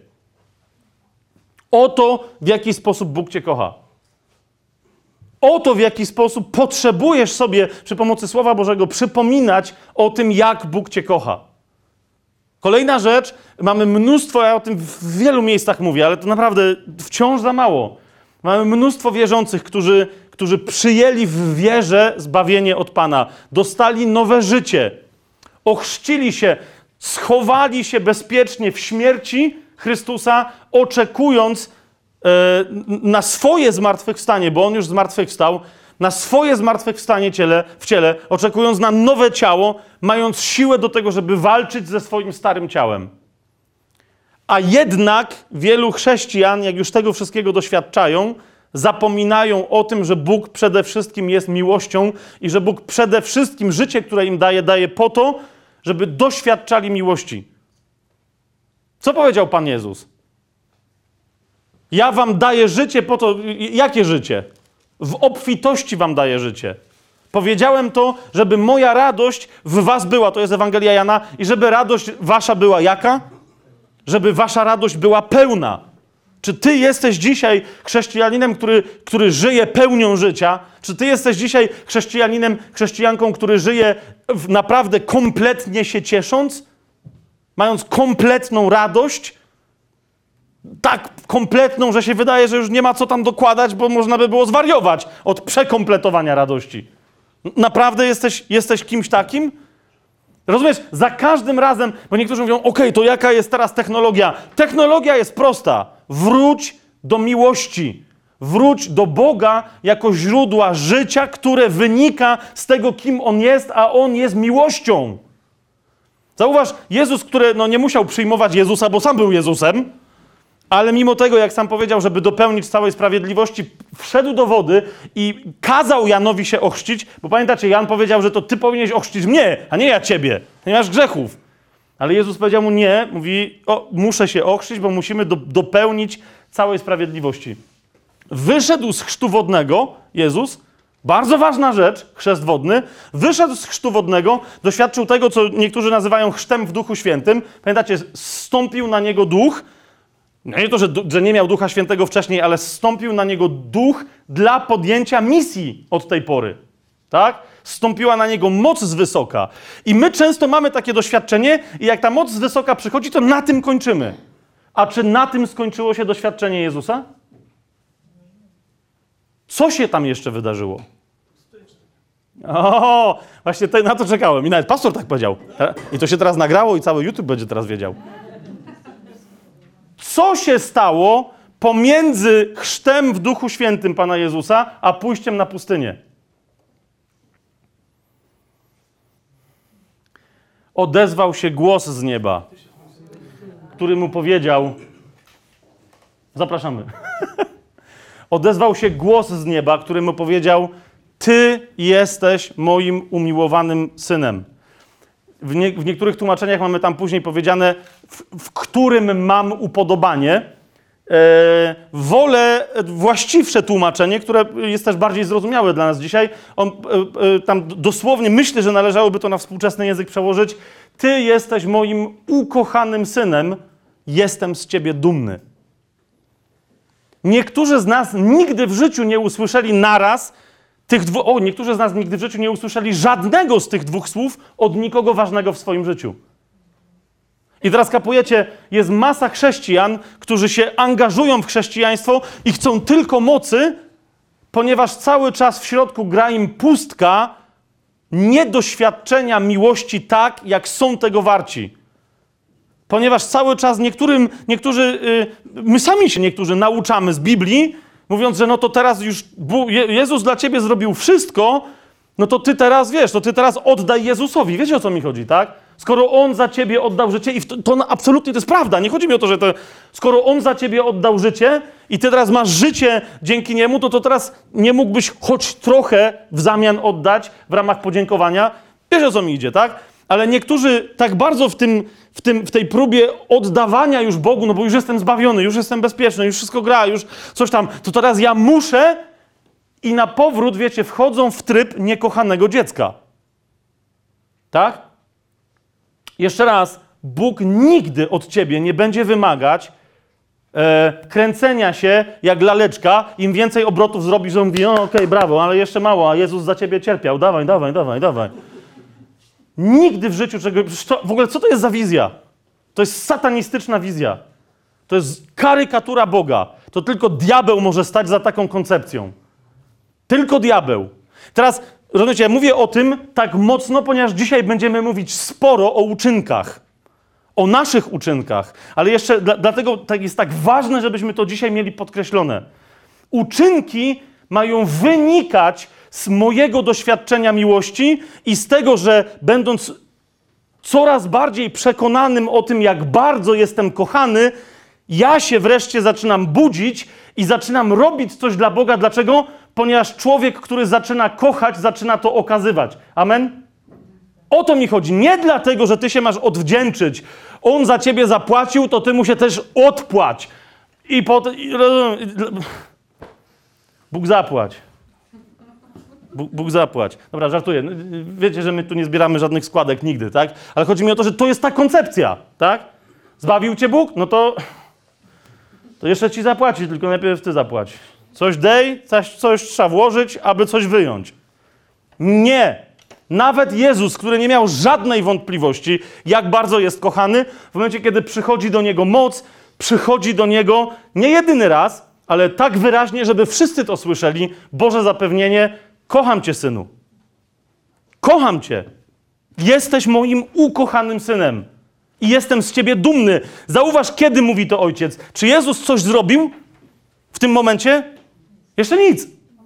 Oto w jaki sposób Bóg cię kocha. Oto w jaki sposób potrzebujesz sobie przy pomocy Słowa Bożego przypominać o tym, jak Bóg cię kocha. Kolejna rzecz, mamy mnóstwo, ja o tym w wielu miejscach mówię, ale to naprawdę wciąż za mało. Mamy mnóstwo wierzących, którzy, którzy przyjęli w wierze zbawienie od Pana, dostali nowe życie, ochrzcili się, schowali się bezpiecznie w śmierci Chrystusa, oczekując e, na swoje zmartwychwstanie, bo On już zmartwychwstał, na swoje zmartwychwstanie ciele, w ciele, oczekując na nowe ciało, mając siłę do tego, żeby walczyć ze swoim starym ciałem. A jednak wielu chrześcijan, jak już tego wszystkiego doświadczają, zapominają o tym, że Bóg przede wszystkim jest miłością i że Bóg przede wszystkim życie, które im daje, daje po to, żeby doświadczali miłości. Co powiedział Pan Jezus? Ja wam daję życie po to... Jakie życie? W obfitości wam daję życie. Powiedziałem to, żeby moja radość w was była, to jest Ewangelia Jana, i żeby radość wasza była jaka? Żeby wasza radość była pełna. Czy ty jesteś dzisiaj chrześcijaninem, który, który żyje pełnią życia? Czy ty jesteś dzisiaj chrześcijaninem, chrześcijanką, który żyje w naprawdę kompletnie się ciesząc? Mając kompletną radość? Tak kompletną, że się wydaje, że już nie ma co tam dokładać, bo można by było zwariować od przekompletowania radości. Naprawdę jesteś, jesteś kimś takim? Rozumiesz? Za każdym razem, bo niektórzy mówią, okej, okay, to jaka jest teraz technologia? Technologia jest prosta. Wróć do miłości. Wróć do Boga jako źródła życia, które wynika z tego, kim On jest, a On jest miłością. Zauważ, Jezus, który no, nie musiał przyjmować Jezusa, bo sam był Jezusem, ale mimo tego, jak sam powiedział, żeby dopełnić całej sprawiedliwości, wszedł do wody i kazał Janowi się ochrzcić, bo pamiętacie, Jan powiedział, że to ty powinieneś ochrzcić mnie, a nie ja ciebie. Nie masz grzechów. Ale Jezus powiedział mu nie, mówi, o, muszę się ochrzcić, bo musimy do, dopełnić całej sprawiedliwości. Wyszedł z chrztu wodnego, Jezus, bardzo ważna rzecz, chrzest wodny, wyszedł z chrztu wodnego, doświadczył tego, co niektórzy nazywają chrztem w Duchu Świętym. Pamiętacie, zstąpił na niego duch. No nie to, że, że nie miał Ducha Świętego wcześniej, ale zstąpił na niego duch dla podjęcia misji od tej pory. Tak? Zstąpiła na niego moc z wysoka. I my często mamy takie doświadczenie i jak ta moc z wysoka przychodzi, to na tym kończymy. A czy na tym skończyło się doświadczenie Jezusa? Co się tam jeszcze wydarzyło? O, właśnie te, na to czekałem. I nawet pastor tak powiedział. I to się teraz nagrało i cały YouTube będzie teraz wiedział. Co się stało pomiędzy chrztem w Duchu Świętym Pana Jezusa, a pójściem na pustynię? Odezwał się głos z nieba, który mu powiedział... Zapraszamy. Odezwał się głos z nieba, który mu powiedział: Ty jesteś moim umiłowanym synem. W, nie, w niektórych tłumaczeniach mamy tam później powiedziane, w, w którym mam upodobanie. E, wolę właściwsze tłumaczenie, które jest też bardziej zrozumiałe dla nas dzisiaj. On e, e, tam dosłownie, myślę, że należałoby to na współczesny język przełożyć. Ty jesteś moim ukochanym synem, jestem z ciebie dumny. Niektórzy z nas nigdy w życiu nie usłyszeli naraz tych dwóch... O, niektórzy z nas nigdy w życiu nie usłyszeli żadnego z tych dwóch słów od nikogo ważnego w swoim życiu. I teraz kapujecie, jest masa chrześcijan, którzy się angażują w chrześcijaństwo i chcą tylko mocy, ponieważ cały czas w środku gra im pustka niedoświadczenia miłości tak, jak są tego warci. Ponieważ cały czas niektórym, niektórzy, yy, my sami się niektórzy nauczamy z Biblii, mówiąc, że no to teraz już Bóg, Jezus dla ciebie zrobił wszystko, no to ty teraz, wiesz, to ty teraz oddaj Jezusowi. Wiecie, o co mi chodzi, tak? Skoro On za ciebie oddał życie i to, to absolutnie to jest prawda, nie chodzi mi o to, że to... Skoro On za ciebie oddał życie i ty teraz masz życie dzięki Niemu, to to teraz nie mógłbyś choć trochę w zamian oddać w ramach podziękowania. Wiesz, o co mi idzie, tak? Ale niektórzy tak bardzo w, tym, w, tym, w tej próbie oddawania już Bogu, no bo już jestem zbawiony, już jestem bezpieczny, już wszystko gra, już coś tam, to teraz ja muszę i na powrót, wiecie, wchodzą w tryb niekochanego dziecka. Tak? Jeszcze raz, Bóg nigdy od ciebie nie będzie wymagać e, kręcenia się jak laleczka. Im więcej obrotów zrobisz, on mówi, no okej, okay, brawo, ale jeszcze mało, a Jezus za ciebie cierpiał, dawaj, dawaj, dawaj, dawaj. Nigdy w życiu czegoś... W ogóle co to jest za wizja? To jest satanistyczna wizja. To jest karykatura Boga. To tylko diabeł może stać za taką koncepcją. Tylko diabeł. Teraz, rozumiecie, ja mówię o tym tak mocno, ponieważ dzisiaj będziemy mówić sporo o uczynkach. O naszych uczynkach. Ale jeszcze dla, dlatego tak jest tak ważne, żebyśmy to dzisiaj mieli podkreślone. Uczynki mają wynikać z mojego doświadczenia miłości i z tego, że będąc coraz bardziej przekonanym o tym, jak bardzo jestem kochany, ja się wreszcie zaczynam budzić i zaczynam robić coś dla Boga. Dlaczego? Ponieważ człowiek, który zaczyna kochać, zaczyna to okazywać. Amen? O to mi chodzi. Nie dlatego, że ty się masz odwdzięczyć. On za ciebie zapłacił, to ty mu się też odpłać. I potem... Bóg zapłać. Bóg, Bóg zapłać. Dobra, żartuję. Wiecie, że my tu nie zbieramy żadnych składek nigdy, tak? Ale chodzi mi o to, że to jest ta koncepcja, tak? Zbawił cię Bóg? No to... To jeszcze ci zapłaci, tylko najpierw ty zapłać. Coś dej, coś, coś trzeba włożyć, aby coś wyjąć. Nie. Nawet Jezus, który nie miał żadnej wątpliwości, jak bardzo jest kochany, w momencie, kiedy przychodzi do Niego moc, przychodzi do Niego nie jedyny raz, ale tak wyraźnie, żeby wszyscy to słyszeli, Boże zapewnienie, kocham Cię, Synu. Kocham Cię. Jesteś moim ukochanym Synem. I jestem z Ciebie dumny. Zauważ, kiedy mówi to Ojciec. Czy Jezus coś zrobił w tym momencie? Jeszcze nic.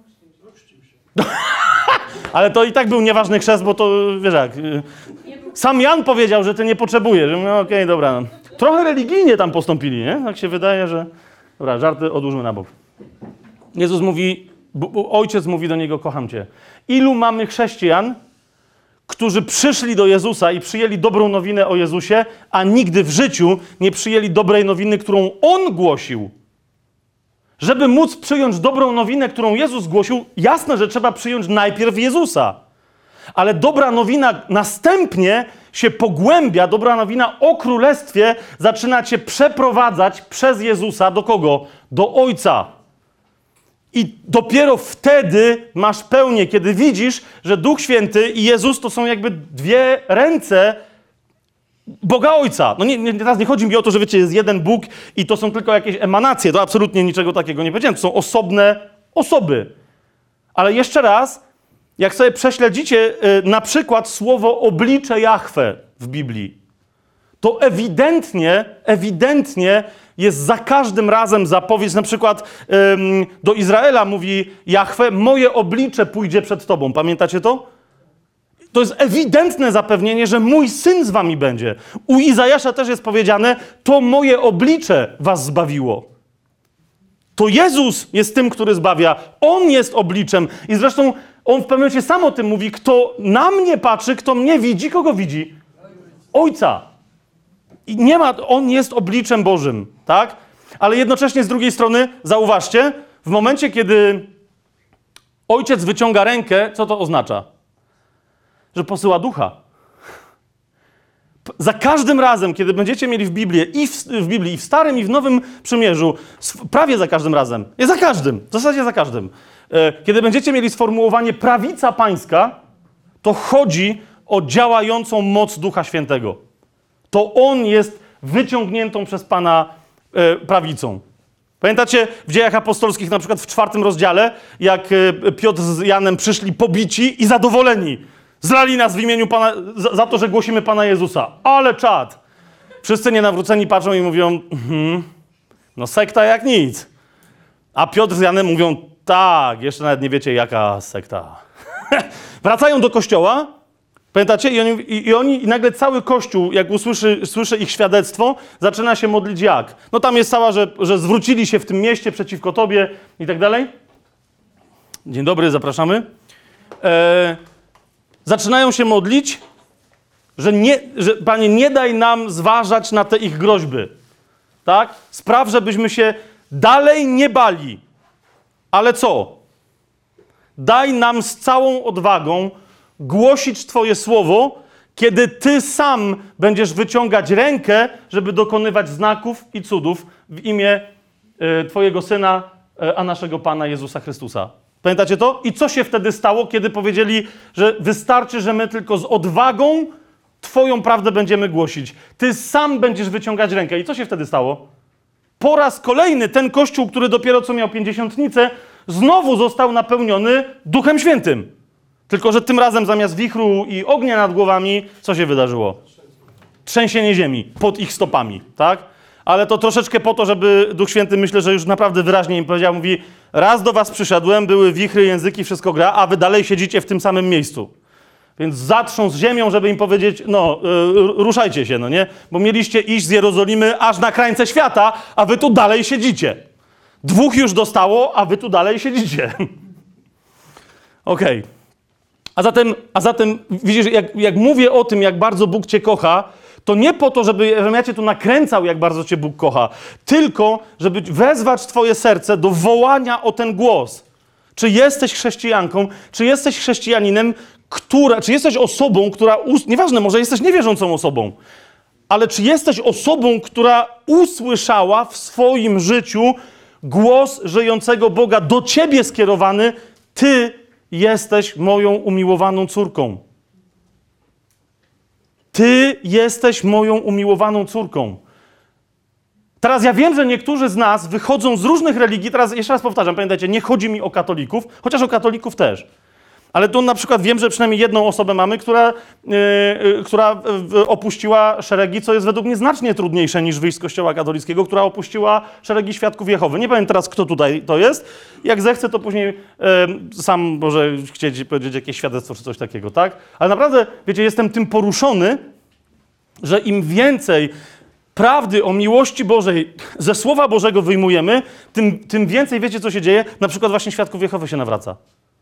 Ale to i tak był nieważny chrzest, bo to, wiesz jak, sam Jan powiedział, że Ty nie potrzebujesz. No okej, okay, dobra. Trochę religijnie tam postąpili, nie? Tak się wydaje, że... Dobra, żarty odłóżmy na bok. Jezus mówi, Ojciec mówi do Niego, kocham Cię. Ilu mamy chrześcijan, którzy przyszli do Jezusa i przyjęli dobrą nowinę o Jezusie, a nigdy w życiu nie przyjęli dobrej nowiny, którą On głosił. Żeby móc przyjąć dobrą nowinę, którą Jezus głosił, jasne, że trzeba przyjąć najpierw Jezusa. Ale dobra nowina następnie się pogłębia, dobra nowina o Królestwie zaczyna cię przeprowadzać przez Jezusa do kogo? Do Ojca. I dopiero wtedy masz pełnię, kiedy widzisz, że Duch Święty i Jezus to są jakby dwie ręce Boga Ojca. No nie, nie, teraz nie chodzi mi o to, że wiecie, jest jeden Bóg i to są tylko jakieś emanacje. To absolutnie niczego takiego nie powiedziałem. To są osobne osoby. Ale jeszcze raz, jak sobie prześledzicie yy, na przykład słowo oblicze Jahwe w Biblii, to ewidentnie, ewidentnie jest za każdym razem zapowiedź, na przykład yy, do Izraela mówi Jahwe, moje oblicze pójdzie przed tobą. Pamiętacie to? To jest ewidentne zapewnienie, że mój Syn z wami będzie. U Izajasza też jest powiedziane, to moje oblicze was zbawiło. To Jezus jest tym, który zbawia. On jest obliczem. I zresztą on w pewnym momencie sam o tym mówi, kto na mnie patrzy, kto mnie widzi, kogo widzi? Ojca. I nie ma, on jest obliczem Bożym, tak? Ale jednocześnie z drugiej strony, zauważcie, w momencie, kiedy Ojciec wyciąga rękę, co to oznacza? Że posyła Ducha. Za każdym razem, kiedy będziecie mieli w Biblii, i w, w Biblii, i w Starym, i w Nowym Przymierzu, prawie za każdym razem, nie za każdym, w zasadzie za każdym, kiedy będziecie mieli sformułowanie prawica pańska, to chodzi o działającą moc Ducha Świętego. To On jest wyciągniętą przez Pana prawicą. Pamiętacie w Dziejach Apostolskich, na przykład w czwartym rozdziale, jak Piotr z Janem przyszli pobici i zadowoleni. Zlali nas w imieniu Pana, za, za to, że głosimy Pana Jezusa. Ale czad. Wszyscy nienawróceni patrzą i mówią, mhm, no sekta jak nic. A Piotr z Janem mówią, tak, jeszcze nawet nie wiecie jaka sekta. Wracają do kościoła, Pamiętacie? I oni, i, i oni, i nagle cały Kościół, jak usłyszy słyszy ich świadectwo, zaczyna się modlić jak? No tam jest cała, że, że zwrócili się w tym mieście przeciwko tobie i tak dalej. Dzień dobry, zapraszamy. E, zaczynają się modlić, że, nie, że Panie, nie daj nam zważać na te ich groźby. Tak? Spraw, żebyśmy się dalej nie bali. Ale co? Daj nam z całą odwagą głosić Twoje słowo, kiedy Ty sam będziesz wyciągać rękę, żeby dokonywać znaków i cudów w imię y, Twojego Syna, y, a naszego Pana Jezusa Chrystusa. Pamiętacie to? I co się wtedy stało, kiedy powiedzieli, że wystarczy, że my tylko z odwagą Twoją prawdę będziemy głosić. Ty sam będziesz wyciągać rękę. I co się wtedy stało? Po raz kolejny ten Kościół, który dopiero co miał pięćdziesiątnicę, znowu został napełniony Duchem Świętym. Tylko że tym razem zamiast wichru i ognia nad głowami, co się wydarzyło? Trzęsienie ziemi pod ich stopami, tak? Ale to troszeczkę po to, żeby Duch Święty, myślę, że już naprawdę wyraźnie im powiedział, mówi, raz do was przyszedłem, były wichry, języki, wszystko gra, a wy dalej siedzicie w tym samym miejscu. Więc zatrząs ziemią, żeby im powiedzieć, no, yy, ruszajcie się, no nie? Bo mieliście iść z Jerozolimy aż na krańce świata, a wy tu dalej siedzicie. Dwóch już dostało, a wy tu dalej siedzicie. Okej. Okay. A zatem, a zatem widzisz, jak, jak mówię o tym, jak bardzo Bóg cię kocha, to nie po to, żeby, żebym ja cię tu nakręcał, jak bardzo cię Bóg kocha, tylko żeby wezwać twoje serce do wołania o ten głos. Czy jesteś chrześcijanką, czy jesteś chrześcijaninem, która, czy jesteś osobą, która, us- nieważne, może jesteś niewierzącą osobą, ale czy jesteś osobą, która usłyszała w swoim życiu głos żyjącego Boga do ciebie skierowany, ty jesteś moją umiłowaną córką. Ty jesteś moją umiłowaną córką. Teraz ja wiem, że niektórzy z nas wychodzą z różnych religii, teraz jeszcze raz powtarzam, pamiętajcie, nie chodzi mi o katolików, chociaż o katolików też. Ale tu na przykład wiem, że przynajmniej jedną osobę mamy, która, yy, yy, która yy, opuściła szeregi, co jest według mnie znacznie trudniejsze niż wyjść z Kościoła katolickiego, która opuściła szeregi Świadków Jehowy. Nie pamiętam teraz, kto tutaj to jest. Jak zechce, to później yy, sam może chcieć powiedzieć jakieś świadectwo czy coś takiego, tak? Ale naprawdę, wiecie, jestem tym poruszony, że im więcej prawdy o miłości Bożej ze Słowa Bożego wyjmujemy, tym, tym więcej, wiecie, co się dzieje? Na przykład właśnie Świadków Jehowy się nawraca.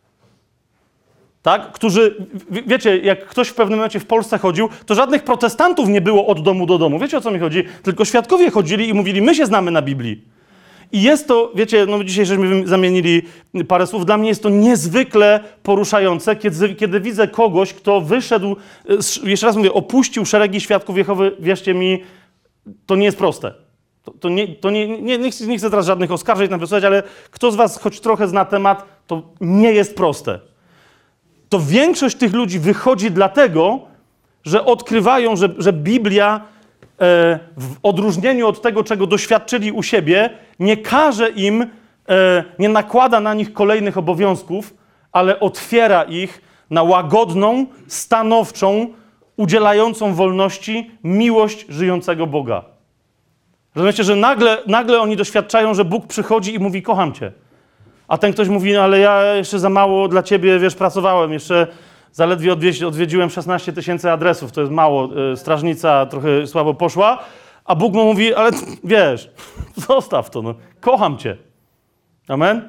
Tak? Którzy, w, wiecie, jak ktoś w pewnym momencie w Polsce chodził, to żadnych protestantów nie było od domu do domu. Wiecie, o co mi chodzi? Tylko świadkowie chodzili i mówili, my się znamy na Biblii. I jest to, wiecie, no dzisiaj żeśmy zamienili parę słów, dla mnie jest to niezwykle poruszające, kiedy, kiedy widzę kogoś, kto wyszedł, jeszcze raz mówię, opuścił szeregi Świadków Jehowy, wierzcie mi, to nie jest proste. To, to nie, to nie, nie, nie, chcę, nie chcę teraz żadnych oskarżeń nam wysłać, ale kto z was choć trochę zna temat, to nie jest proste. To większość tych ludzi wychodzi dlatego, że odkrywają, że, że Biblia e, w odróżnieniu od tego, czego doświadczyli u siebie, nie każe im, e, nie nakłada na nich kolejnych obowiązków, ale otwiera ich na łagodną, stanowczą, udzielającą wolności miłość żyjącego Boga. Rozumiecie, że nagle, nagle oni doświadczają, że Bóg przychodzi i mówi, kocham cię. A ten ktoś mówi, no ale ja jeszcze za mało dla ciebie, wiesz, pracowałem, jeszcze zaledwie odwiedzi, odwiedziłem szesnaście tysięcy adresów, to jest mało, y, strażnica trochę słabo poszła, a Bóg mu mówi, ale wiesz, zostaw to, no, kocham cię. Amen?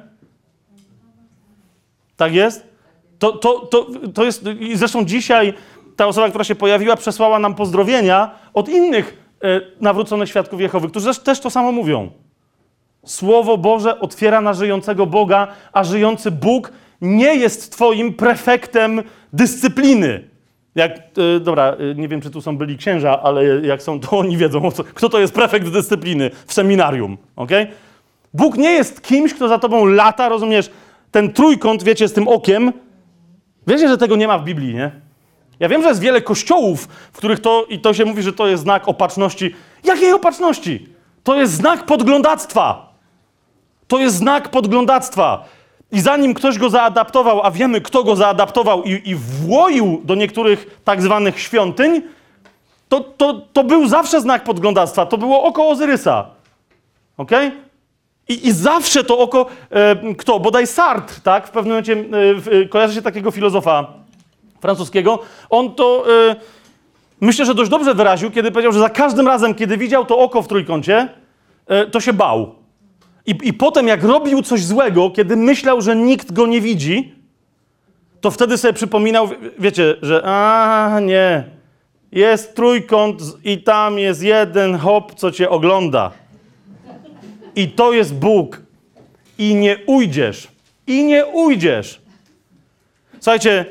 Tak jest? To, to, to, to jest, i zresztą dzisiaj ta osoba, która się pojawiła, przesłała nam pozdrowienia od innych y, nawróconych Świadków Jehowy, którzy też, też to samo mówią. Słowo Boże otwiera na żyjącego Boga, a żyjący Bóg nie jest twoim prefektem dyscypliny. Jak, yy, dobra, yy, nie wiem, czy tu są byli księża, ale jak są, to oni wiedzą, co, kto to jest prefekt dyscypliny w seminarium, okej? Okay? Bóg nie jest kimś, kto za tobą lata, rozumiesz? Ten trójkąt, wiecie, z tym okiem, wiecie, że tego nie ma w Biblii, nie? Ja wiem, że jest wiele kościołów, w których to, i to się mówi, że to jest znak opatrzności. Jakiej opatrzności? To jest znak podglądactwa. To jest znak podglądactwa. I zanim ktoś go zaadaptował, a wiemy, kto go zaadaptował i, i włoił do niektórych tak zwanych świątyń, to, to, to był zawsze znak podglądactwa. To było oko Ozyrysa. Okej? Okay? I, I zawsze to oko... E, kto? Bodaj Sartre, tak? W pewnym momencie e, e, kojarzy się takiego filozofa francuskiego, on to yy, myślę, że dość dobrze wyraził, kiedy powiedział, że za każdym razem, kiedy widział to oko w trójkącie, yy, to się bał. I, I potem jak robił coś złego, kiedy myślał, że nikt go nie widzi, to wtedy sobie przypominał, wiecie, że a nie, jest trójkąt i tam jest jeden hop, co cię ogląda. I to jest Bóg. I nie ujdziesz. I nie ujdziesz. Słuchajcie,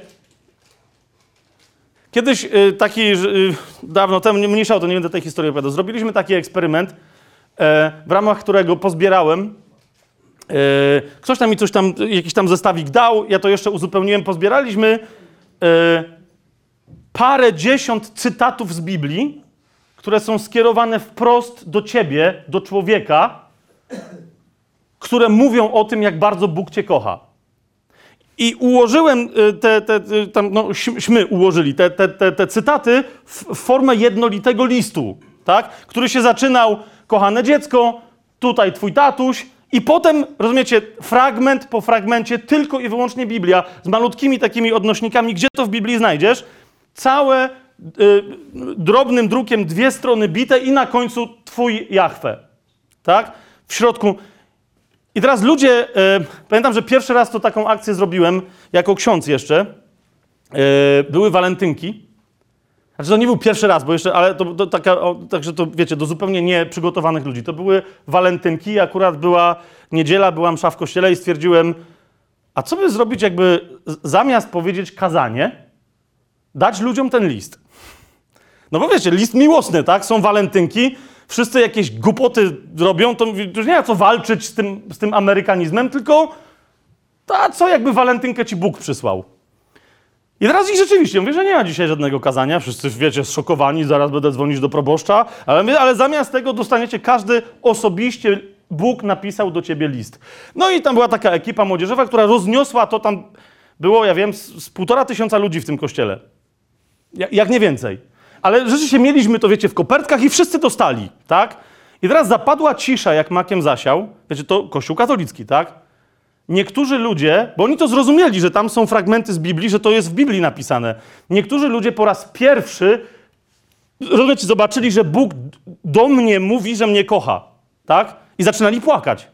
kiedyś y, taki, y, dawno temu, mniejsza o to, nie będę tej historii opowiadał, zrobiliśmy taki eksperyment, y, w ramach którego pozbierałem, y, ktoś tam mi coś tam, jakiś tam zestawik dał, ja to jeszcze uzupełniłem, pozbieraliśmy y, parę dziesiąt cytatów z Biblii, które są skierowane wprost do ciebie, do człowieka, które mówią o tym, jak bardzo Bóg cię kocha. I ułożyłem te, te, te tam, no, śmy ułożyli te, te, te, te cytaty w, w formę jednolitego listu, tak? Który się zaczynał, kochane dziecko, tutaj twój tatuś, i potem, rozumiecie, fragment po fragmencie, tylko i wyłącznie Biblia, z malutkimi takimi odnośnikami, gdzie to w Biblii znajdziesz, całe y, drobnym drukiem dwie strony bite i na końcu twój Jahwe, tak? W środku. I teraz ludzie, y, pamiętam, że pierwszy raz to taką akcję zrobiłem, jako ksiądz jeszcze, y, były walentynki. Znaczy to nie był pierwszy raz, bo jeszcze, ale to, to taka, o, także to wiecie, do zupełnie nieprzygotowanych ludzi. To były walentynki, akurat była niedziela, była msza w kościele i stwierdziłem, a co by zrobić, jakby zamiast powiedzieć kazanie, dać ludziom ten list. No bo wiecie, list miłosny, tak? Są walentynki, wszyscy jakieś głupoty robią, to już nie ma co walczyć z tym, z tym amerykanizmem, tylko a co jakby walentynkę ci Bóg przysłał. I teraz i rzeczywiście, mówię, że nie ma dzisiaj żadnego kazania, wszyscy, wiecie, zszokowani, zaraz będę dzwonić do proboszcza, ale, ale zamiast tego dostaniecie, każdy osobiście, Bóg napisał do ciebie list. No i tam była taka ekipa młodzieżowa, która rozniosła to, tam było, ja wiem, z, z półtora tysiąca ludzi w tym kościele. Jak, jak nie więcej. Ale rzeczywiście mieliśmy to, wiecie, w kopertkach i wszyscy dostali, tak? I teraz zapadła cisza, jak makiem zasiał. Wiecie, to Kościół katolicki, tak? Niektórzy ludzie, bo oni to zrozumieli, że tam są fragmenty z Biblii, że to jest w Biblii napisane. Niektórzy ludzie po raz pierwszy, rozumiecie, zobaczyli, że Bóg do mnie mówi, że mnie kocha, tak? I zaczynali płakać.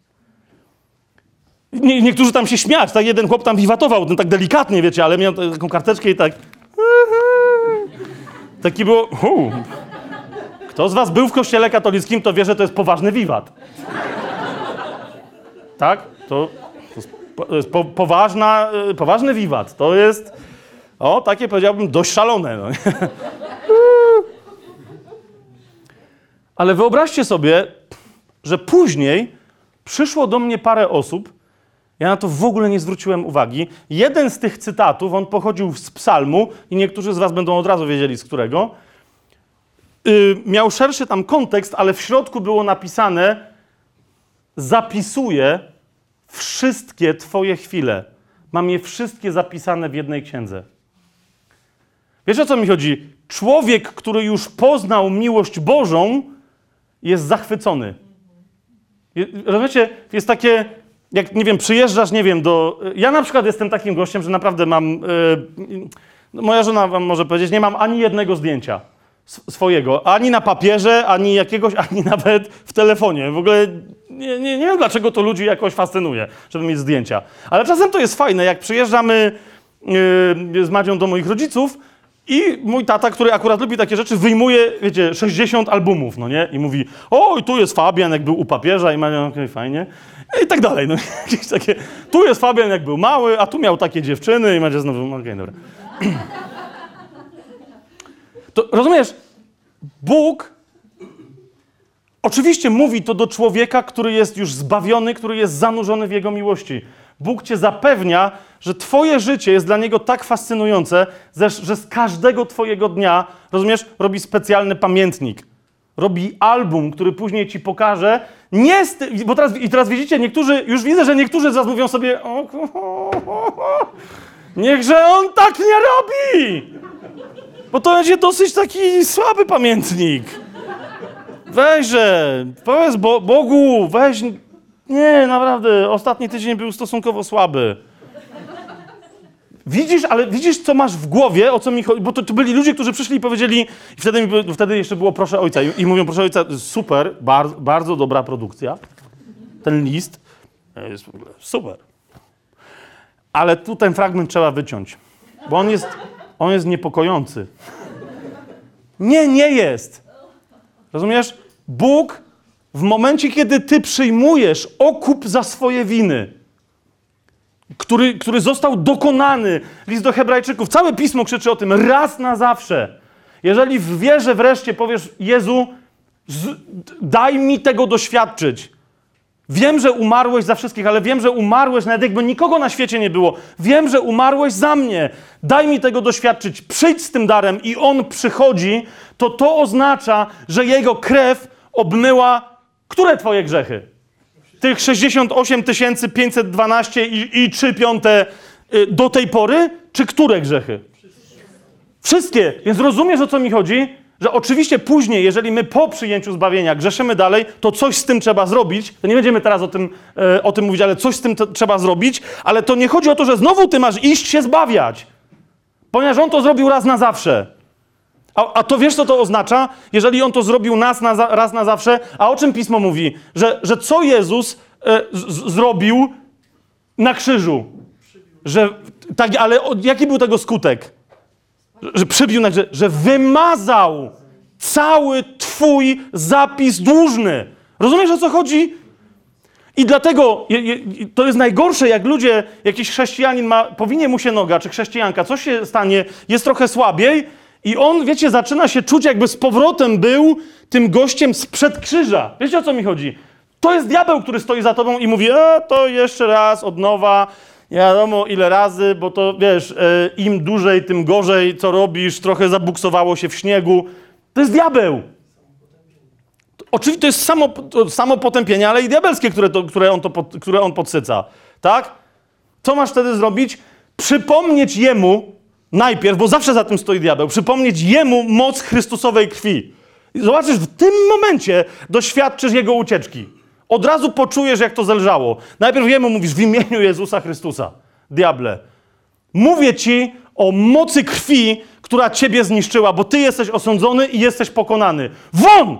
Nie, niektórzy tam się śmiać, tak? Jeden chłop tam wiwatował, ten tak delikatnie, wiecie, ale miał taką karteczkę i tak... Taki było... Uu. Kto z was był w kościele katolickim, to wie, że to jest poważny wiwat. Tak? To, to jest, to jest po, poważna, poważny wiwat. To jest, o, takie powiedziałbym, dość szalone. No. Ale wyobraźcie sobie, że później przyszło do mnie parę osób, ja na to w ogóle nie zwróciłem uwagi. Jeden z tych cytatów, on pochodził z psalmu i niektórzy z was będą od razu wiedzieli, z którego. Yy, miał szerszy tam kontekst, ale w środku było napisane: zapisuję wszystkie twoje chwile. Mam je wszystkie zapisane w jednej księdze. Wiesz, o co mi chodzi? Człowiek, który już poznał miłość Bożą, jest zachwycony. Rozumiecie? Jest takie... Jak, nie wiem, przyjeżdżasz, nie wiem, do... Ja na przykład jestem takim gościem, że naprawdę mam... Yy, moja żona wam może powiedzieć, nie mam ani jednego zdjęcia swojego. Ani na papierze, ani jakiegoś, ani nawet w telefonie. W ogóle nie, nie, nie wiem, dlaczego to ludzi jakoś fascynuje, żeby mieć zdjęcia. Ale czasem to jest fajne, jak przyjeżdżamy yy, z Madzią do moich rodziców i mój tata, który akurat lubi takie rzeczy, wyjmuje, wiecie, sześćdziesiąt albumów, no nie? I mówi, oj, tu jest Fabian, jak był u papieża, i Madzia, okej, okay, fajnie. I tak dalej, no jakieś takie, tu jest Fabian, jak był mały, a tu miał takie dziewczyny i Madzia znowu, okej, okay, dobra. To rozumiesz, Bóg oczywiście mówi to do człowieka, który jest już zbawiony, który jest zanurzony w Jego miłości. Bóg cię zapewnia, że twoje życie jest dla Niego tak fascynujące, że z każdego twojego dnia, rozumiesz, robi specjalny pamiętnik. Robi album, który później ci pokaże. Nie z ty... Bo teraz, i teraz widzicie, niektórzy, już widzę, że niektórzy z was mówią sobie, o, o, o, o, niechże on tak nie robi! Bo to będzie dosyć taki słaby pamiętnik. Weźże, powiedz Bo- Bogu, weź... Nie, naprawdę, ostatni tydzień był stosunkowo słaby. widzisz, ale widzisz, co masz w głowie, o co mi chodzi, bo to, to byli ludzie, którzy przyszli i powiedzieli, i wtedy, mi, wtedy jeszcze było proszę ojca i, i mówią, proszę ojca, super, bar, bardzo dobra produkcja, ten list jest w ogóle super. Ale tu ten fragment trzeba wyciąć, bo on jest, on jest niepokojący. Nie, nie jest. Rozumiesz? Bóg w momencie, kiedy ty przyjmujesz okup za swoje winy, który, który został dokonany, list do Hebrajczyków, całe Pismo krzyczy o tym raz na zawsze. Jeżeli w wierze wreszcie powiesz, Jezu, z, daj mi tego doświadczyć. Wiem, że umarłeś za wszystkich, ale wiem, że umarłeś, nawet jakby nikogo na świecie nie było. Wiem, że umarłeś za mnie. Daj mi tego doświadczyć. Przyjdź z tym darem i On przychodzi, to to oznacza, że Jego krew obmyła które twoje grzechy? Tych sześćdziesiąt osiem tysięcy pięćset dwanaście i, i trzy piąte y, do tej pory? Czy które grzechy? Wszystkie. Więc rozumiesz, o co mi chodzi? Że oczywiście później, jeżeli my po przyjęciu zbawienia grzeszymy dalej, to coś z tym trzeba zrobić. To nie będziemy teraz o tym, e, o tym mówić, ale coś z tym t- trzeba zrobić. Ale to nie chodzi o to, że znowu ty masz iść się zbawiać. Ponieważ On to zrobił raz na zawsze. A, a to wiesz, co to oznacza? Jeżeli On to zrobił nas na za, raz na zawsze, a o czym Pismo mówi? Że, że co Jezus e, z, zrobił na krzyżu? Że, tak, ale o, jaki był tego skutek? Że przybił, że, że wymazał cały twój zapis dłużny. Rozumiesz, o co chodzi? I dlatego je, je, to jest najgorsze, jak ludzie, jakiś chrześcijanin ma, powinie mu się noga, czy chrześcijanka, coś się stanie, jest trochę słabiej i on, wiecie, zaczyna się czuć, jakby z powrotem był tym gościem sprzed krzyża. Wiecie, o co mi chodzi? To jest diabeł, który stoi za tobą i mówi, e, to jeszcze raz, od nowa, nie wiadomo ile razy, bo to, wiesz, e, im dłużej, tym gorzej, co robisz, trochę zabuksowało się w śniegu. To jest diabeł. Oczywiście to jest samo, to samo potępienie, ale i diabelskie, które, to, które, on to pod, które on podsyca. Tak? Co masz wtedy zrobić? Przypomnieć Jemu najpierw, bo zawsze za tym stoi diabeł, przypomnieć Jemu moc Chrystusowej krwi. I zobaczysz, w tym momencie doświadczysz Jego ucieczki. Od razu poczujesz, jak to zelżało. Najpierw Jemu mówisz w imieniu Jezusa Chrystusa. Diable, mówię ci o mocy krwi, która ciebie zniszczyła, bo ty jesteś osądzony i jesteś pokonany. Won!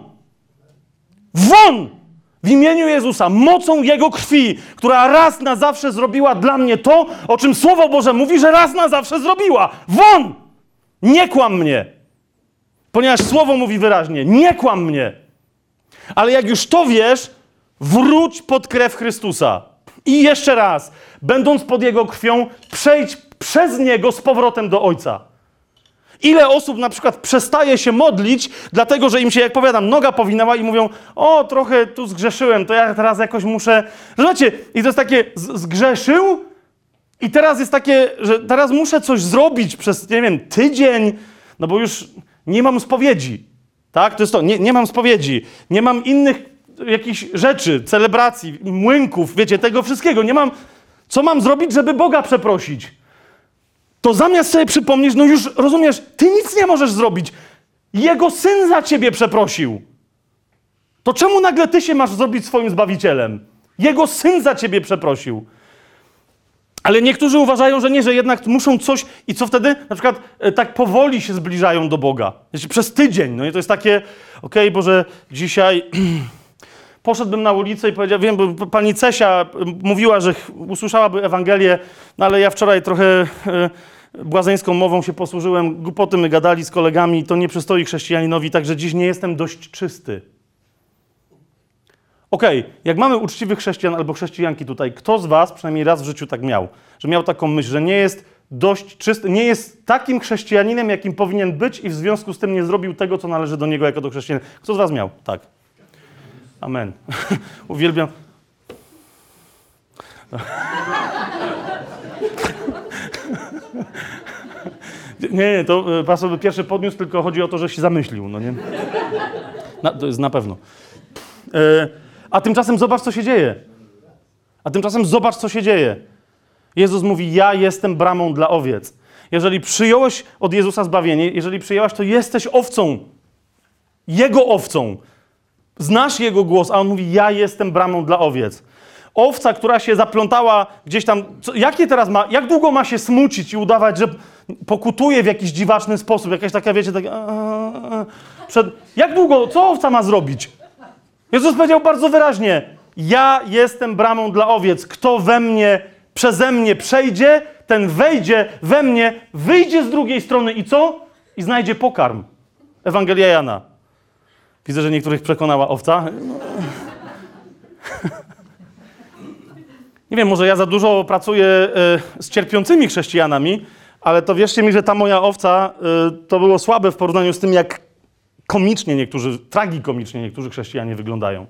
Won! W imieniu Jezusa, mocą Jego krwi, która raz na zawsze zrobiła dla mnie to, o czym Słowo Boże mówi, że raz na zawsze zrobiła. Won! Nie kłam mnie. Ponieważ Słowo mówi wyraźnie, nie kłam mnie. Ale jak już to wiesz, wróć pod krew Chrystusa. I jeszcze raz, będąc pod Jego krwią, przejdź przez Niego z powrotem do Ojca. Ile osób na przykład przestaje się modlić, dlatego że im się, jak powiadam, noga powinęła i mówią, o, trochę tu zgrzeszyłem, to ja teraz jakoś muszę... Rozumiecie? I to jest takie, z- zgrzeszył i teraz jest takie, że teraz muszę coś zrobić przez, nie wiem, tydzień, no bo już nie mam spowiedzi. Tak? To jest to, nie, nie mam spowiedzi, nie mam innych jakichś rzeczy, celebracji, młynków, wiecie, tego wszystkiego. Nie mam... Co mam zrobić, żeby Boga przeprosić? To zamiast sobie przypomnieć, no już rozumiesz, ty nic nie możesz zrobić. Jego Syn za ciebie przeprosił. To czemu nagle ty się masz zrobić swoim Zbawicielem? Jego Syn za ciebie przeprosił. Ale niektórzy uważają, że nie, że jednak muszą coś... I co wtedy? Na przykład e, tak powoli się zbliżają do Boga. Wiecie, przez tydzień. No i to jest takie, okej, okay, Boże, dzisiaj... Poszedłbym na ulicę i powiedział, wiem, bo pani Cesia mówiła, że usłyszałaby Ewangelię, no ale ja wczoraj trochę e, błazeńską mową się posłużyłem, głupoty my gadali z kolegami, to nie przystoi chrześcijaninowi, także dziś nie jestem dość czysty. Okej, okay, jak mamy uczciwych chrześcijan albo chrześcijanki tutaj, kto z was przynajmniej raz w życiu tak miał, że miał taką myśl, że nie jest dość czysty, nie jest takim chrześcijaninem, jakim powinien być i w związku z tym nie zrobił tego, co należy do niego jako do chrześcijanina. Kto z was miał? Tak. Amen. Uwielbiam. Nie, nie, to pastor by pierwszy podniósł, tylko chodzi o to, że się zamyślił, no nie? Na, to jest na pewno. E, a tymczasem zobacz, co się dzieje. A tymczasem zobacz, co się dzieje. Jezus mówi, ja jestem bramą dla owiec. Jeżeli przyjąłeś od Jezusa zbawienie, jeżeli przyjęłaś, to jesteś owcą. Jego owcą. Znasz Jego głos, a On mówi, ja jestem bramą dla owiec. owca, która się zaplątała gdzieś tam, co, jakie teraz ma, jak długo ma się smucić i udawać, że pokutuje w jakiś dziwaczny sposób, jakaś taka, wiecie, taka, a, a, przed, jak długo, co owca ma zrobić? Jezus powiedział bardzo wyraźnie, ja jestem bramą dla owiec, kto we mnie, przeze mnie przejdzie, ten wejdzie we mnie, wyjdzie z drugiej strony i co? I znajdzie pokarm. Ewangelia Jana. Widzę, że niektórych przekonała owca. Nie wiem, może ja za dużo pracuję y, z cierpiącymi chrześcijanami, ale to wierzcie mi, że ta moja owca y, to było słabe w porównaniu z tym, jak komicznie niektórzy, tragikomicznie niektórzy chrześcijanie wyglądają.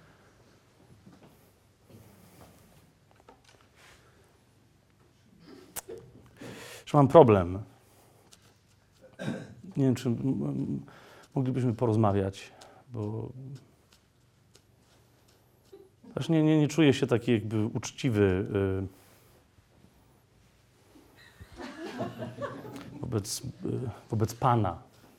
Że mam problem. Nie wiem, czy m- m- moglibyśmy porozmawiać, bo też nie, nie, nie czuję się taki jakby uczciwy y, wobec, y, wobec Pana.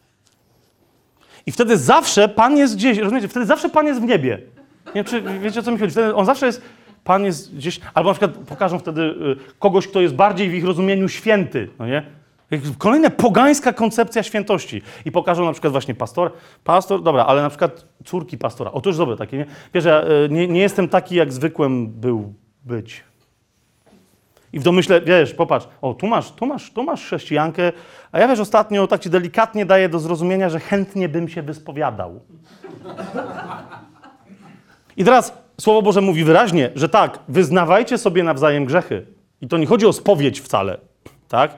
I wtedy zawsze Pan jest gdzieś, rozumiecie, wtedy zawsze Pan jest w niebie. Nie wiem, czy wiecie, o co mi chodzi. Wtedy on zawsze jest, Pan jest gdzieś, albo na przykład pokażą wtedy y, kogoś, kto jest bardziej w ich rozumieniu święty, no nie? Kolejna pogańska koncepcja świętości. I pokażą na przykład właśnie pastor, pastor, dobra, ale na przykład córki pastora. O, to już dobre takie, nie? Wiesz, ja y, nie, nie jestem taki, jak zwykłem był być. I w domyśle, wiesz, popatrz, o, tu masz, tu masz, tu masz chrześcijankę, a ja, wiesz, ostatnio tak ci delikatnie daję do zrozumienia, że chętnie bym się wyspowiadał. I teraz Słowo Boże mówi wyraźnie, że tak, wyznawajcie sobie nawzajem grzechy. I to nie chodzi o spowiedź wcale, tak?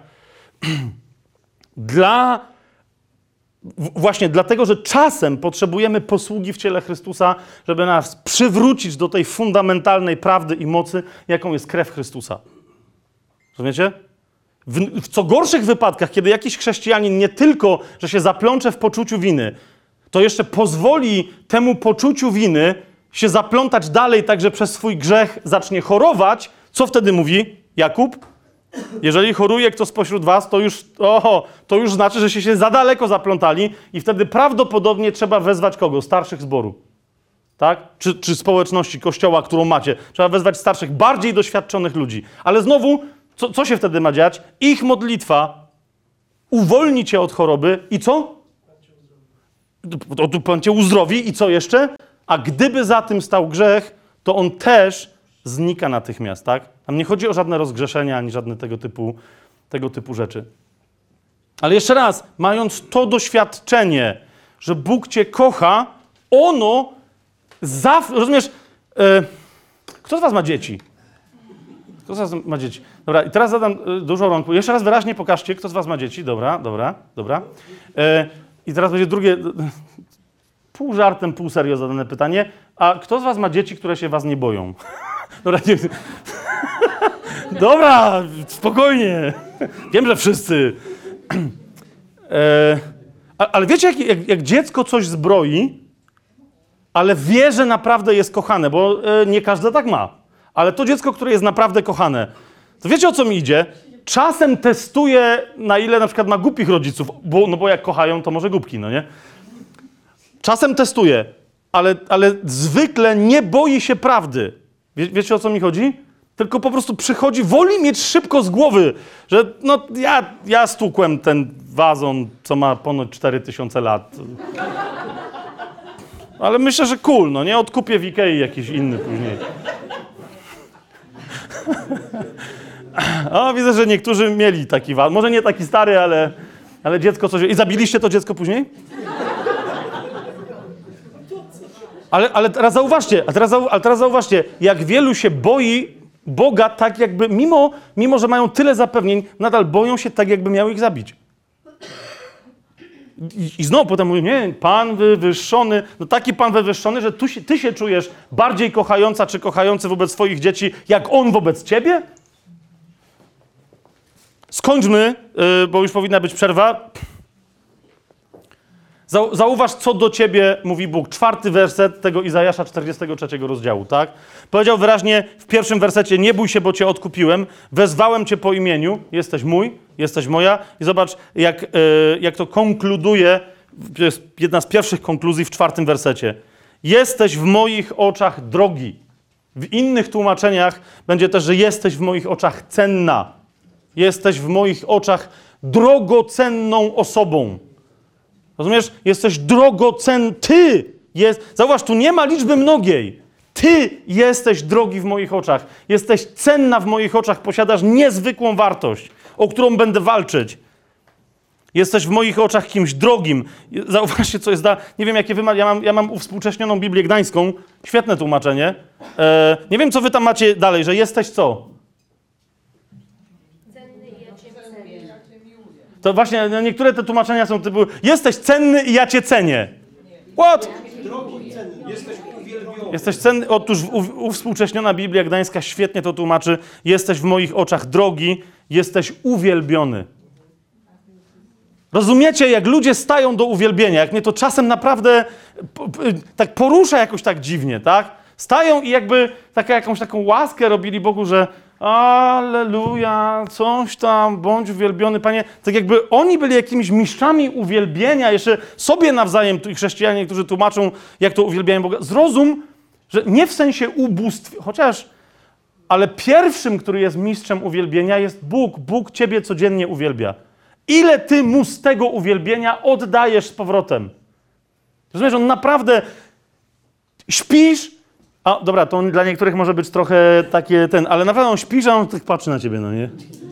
Dla, właśnie dlatego, że czasem potrzebujemy posługi w ciele Chrystusa, żeby nas przywrócić do tej fundamentalnej prawdy i mocy, jaką jest krew Chrystusa. Rozumiecie? W, w co gorszych wypadkach, kiedy jakiś chrześcijanin nie tylko, że się zaplącze w poczuciu winy, to jeszcze pozwoli temu poczuciu winy się zaplątać dalej, tak że przez swój grzech zacznie chorować, co wtedy mówi Jakub? Jeżeli choruje kto spośród was, to już, oho, to już znaczy, że się, się za daleko zaplątali i wtedy prawdopodobnie trzeba wezwać kogo? Starszych zboru. Tak? Czy, czy społeczności kościoła, którą macie. Trzeba wezwać starszych, bardziej doświadczonych ludzi. Ale znowu, co, co się wtedy ma dziać? Ich modlitwa uwolni cię od choroby i co? Pan cię uzdrowi i co jeszcze? A gdyby za tym stał grzech, to on też znika natychmiast, tak? Tam nie chodzi o żadne rozgrzeszenia, ani żadne tego typu, tego typu rzeczy. Ale jeszcze raz, mając to doświadczenie, że Bóg cię kocha, ono zawsze, rozumiesz, yy, kto z was ma dzieci? Kto z was ma dzieci? Dobra, i teraz zadam yy, dużo rąk. Jeszcze raz wyraźnie pokażcie, kto z was ma dzieci. Dobra, dobra, dobra. Yy, I teraz będzie drugie, yy, pół żartem, pół serio zadane pytanie. A kto z was ma dzieci, które się was nie boją? Dobra, nie... Dobra, spokojnie. Wiem, że wszyscy. E, ale wiecie, jak, jak, jak dziecko coś zbroi, ale wie, że naprawdę jest kochane, bo e, nie każde tak ma. Ale to dziecko, które jest naprawdę kochane, to wiecie, o co mi idzie? Czasem testuje, na ile na przykład ma głupich rodziców, bo, no bo jak kochają, to może głupki, no nie? Czasem testuje, ale, ale zwykle nie boi się prawdy. Wie, wiecie, o co mi chodzi? Tylko po prostu przychodzi, woli mieć szybko z głowy, że no ja, ja stukłem ten wazon, co ma ponad cztery tysiące lat. Ale myślę, że cool, no nie? Odkupię w Ikei jakiś inny później. O, widzę, że niektórzy mieli taki wazon. Może nie taki stary, ale, ale dziecko coś... I zabiliście to dziecko później? Ale, ale teraz zauważcie, a teraz, ale teraz zauważcie, jak wielu się boi Boga tak jakby, mimo, mimo że mają tyle zapewnień, nadal boją się tak jakby miał ich zabić. I, i znowu potem mówią, nie, Pan wywyższony, no taki Pan wywyższony, że tu się, ty się czujesz bardziej kochająca czy kochający wobec swoich dzieci, jak On wobec ciebie? Skończmy, yy, bo już powinna być przerwa. Zauważ, co do ciebie mówi Bóg. Czwarty werset tego Izajasza czterdziestego trzeciego rozdziału, tak? Powiedział wyraźnie w pierwszym wersecie, nie bój się, bo cię odkupiłem, wezwałem cię po imieniu, jesteś mój, jesteś moja. I zobacz, jak, yy, jak to konkluduje, to jest jedna z pierwszych konkluzji w czwartym wersecie. Jesteś w moich oczach drogi. W innych tłumaczeniach będzie też, że jesteś w moich oczach cenna. Jesteś w moich oczach drogocenną osobą. Rozumiesz? Jesteś drogocenny. Ty jest. Zauważ, tu nie ma liczby mnogiej. Ty jesteś drogi w moich oczach. Jesteś cenna w moich oczach. Posiadasz niezwykłą wartość, o którą będę walczyć. Jesteś w moich oczach kimś drogim. Zauważcie, co jest... Da... Nie wiem, jakie wy macie... Ja mam, ja mam uwspółcześnioną Biblię Gdańską. Świetne tłumaczenie. E... Nie wiem, co wy tam macie dalej, że jesteś co? Cenny i ja cię cenię. To właśnie no niektóre te tłumaczenia są typu jesteś cenny i ja cię cenię. What? Drogi cenny, jesteś uwielbiony. Jesteś cenny. Otóż u- uwspółcześniona Biblia Gdańska świetnie to tłumaczy. Jesteś w moich oczach drogi, jesteś uwielbiony. Rozumiecie, jak ludzie stają do uwielbienia, jak mnie to czasem naprawdę p- p- tak porusza jakoś tak dziwnie, tak? Stają i jakby taka, jakąś taką łaskę robili Bogu, że alleluja, coś tam, bądź uwielbiony, Panie. Tak jakby oni byli jakimiś mistrzami uwielbienia, jeszcze sobie nawzajem, tu chrześcijanie, którzy tłumaczą, jak to uwielbiają Boga. Zrozum, że nie w sensie ubóstwa, chociaż, ale pierwszym, który jest mistrzem uwielbienia, jest Bóg. Bóg ciebie codziennie uwielbia. Ile ty mu z tego uwielbienia oddajesz z powrotem? Rozumiesz, on naprawdę śpisz, a dobra, to on dla niektórych może być trochę takie ten, ale naprawdę on śpi, że on tak patrzy na ciebie, no nie?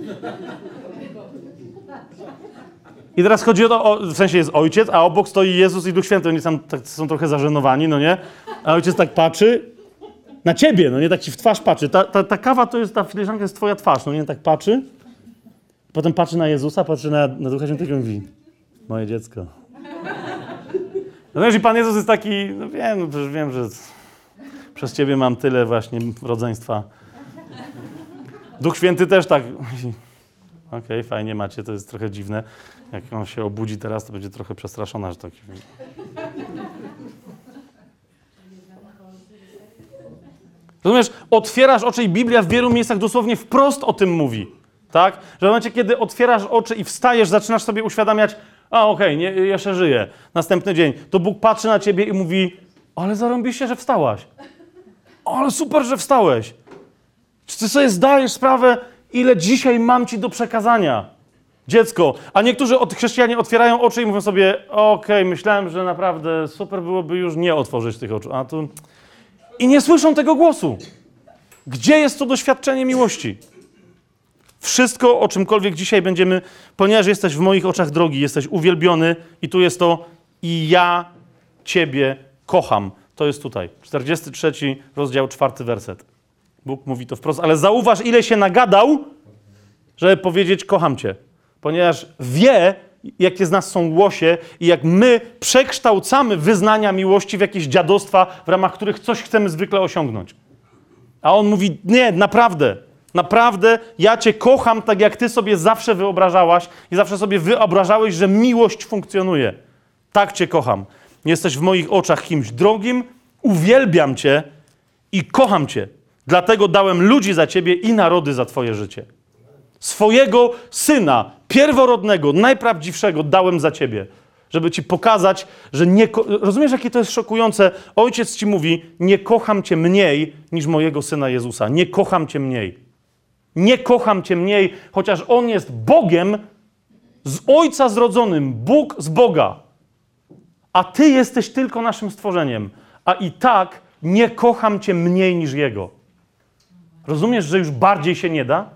I teraz chodzi o to, o, w sensie jest ojciec, a obok stoi Jezus i Duch Święty, oni tam tak, są trochę zażenowani, no nie? A ojciec tak patrzy na ciebie, no nie, tak ci w twarz patrzy. Ta, ta, ta kawa to jest, ta filiżanka jest twoja twarz, no nie, tak patrzy. Potem patrzy na Jezusa, patrzy na, na Ducha Świętego i mówi, moje dziecko. No wiesz, i Pan Jezus jest taki, no wiem, no przecież wiem, że przez ciebie mam tyle właśnie rodzeństwa. Duch Święty też tak. Okej, okay, fajnie macie, to jest trochę dziwne. Jak on się obudzi teraz, to będzie trochę przestraszona, że taki... Rozumiesz, otwierasz oczy i Biblia w wielu miejscach dosłownie wprost o tym mówi. Tak? Że w momencie, kiedy otwierasz oczy i wstajesz, zaczynasz sobie uświadamiać, a okej, okay, jeszcze żyję, następny dzień, to Bóg patrzy na ciebie i mówi, ale zarąbiście, że wstałaś. Ale super, że wstałeś. Czy ty sobie zdajesz sprawę, ile dzisiaj mam ci do przekazania? Dziecko. A niektórzy od, chrześcijanie otwierają oczy i mówią sobie, okej, okay, myślałem, że naprawdę super byłoby już nie otworzyć tych oczu. A tu... I nie słyszą tego głosu. Gdzie jest to doświadczenie miłości? Wszystko, o czymkolwiek dzisiaj będziemy, ponieważ jesteś w moich oczach drogi, jesteś uwielbiony i tu jest to i ja ciebie kocham. To jest tutaj. czterdziesty trzeci rozdział, czwarty werset. Bóg mówi to wprost, ale zauważ, ile się nagadał, żeby powiedzieć kocham cię. Ponieważ wie, jakie z nas są łosie i jak my przekształcamy wyznania miłości w jakieś dziadostwa, w ramach których coś chcemy zwykle osiągnąć. A on mówi, nie, naprawdę, naprawdę ja cię kocham tak, jak ty sobie zawsze wyobrażałaś i zawsze sobie wyobrażałeś, że miłość funkcjonuje. Tak cię kocham. Jesteś w moich oczach kimś drogim, uwielbiam cię i kocham cię. Dlatego dałem ludzi za ciebie i narody za twoje życie. Swojego syna, pierworodnego, najprawdziwszego dałem za ciebie, żeby ci pokazać, że nie... Ko- Rozumiesz, jakie to jest szokujące? Ojciec ci mówi, nie kocham cię mniej niż mojego syna Jezusa. Nie kocham cię mniej. Nie kocham cię mniej, chociaż on jest Bogiem z Ojca zrodzonym, Bóg z Boga. A ty jesteś tylko naszym stworzeniem. A i tak nie kocham cię mniej niż Jego. Rozumiesz, że już bardziej się nie da?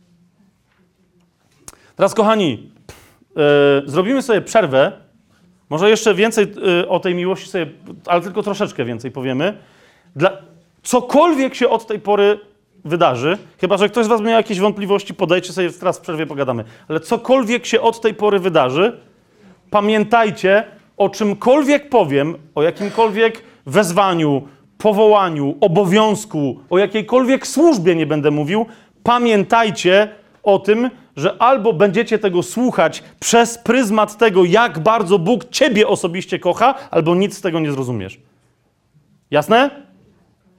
Teraz, kochani, yy, zrobimy sobie przerwę. Może jeszcze więcej yy, o tej miłości sobie, ale tylko troszeczkę więcej powiemy. Dla, cokolwiek się od tej pory wydarzy, chyba że ktoś z was miał jakieś wątpliwości, podejdźcie sobie, teraz w przerwie pogadamy. Ale cokolwiek się od tej pory wydarzy, pamiętajcie, o czymkolwiek powiem, o jakimkolwiek wezwaniu, powołaniu, obowiązku, o jakiejkolwiek służbie nie będę mówił, pamiętajcie o tym, że albo będziecie tego słuchać przez pryzmat tego, jak bardzo Bóg ciebie osobiście kocha, albo nic z tego nie zrozumiesz. Jasne?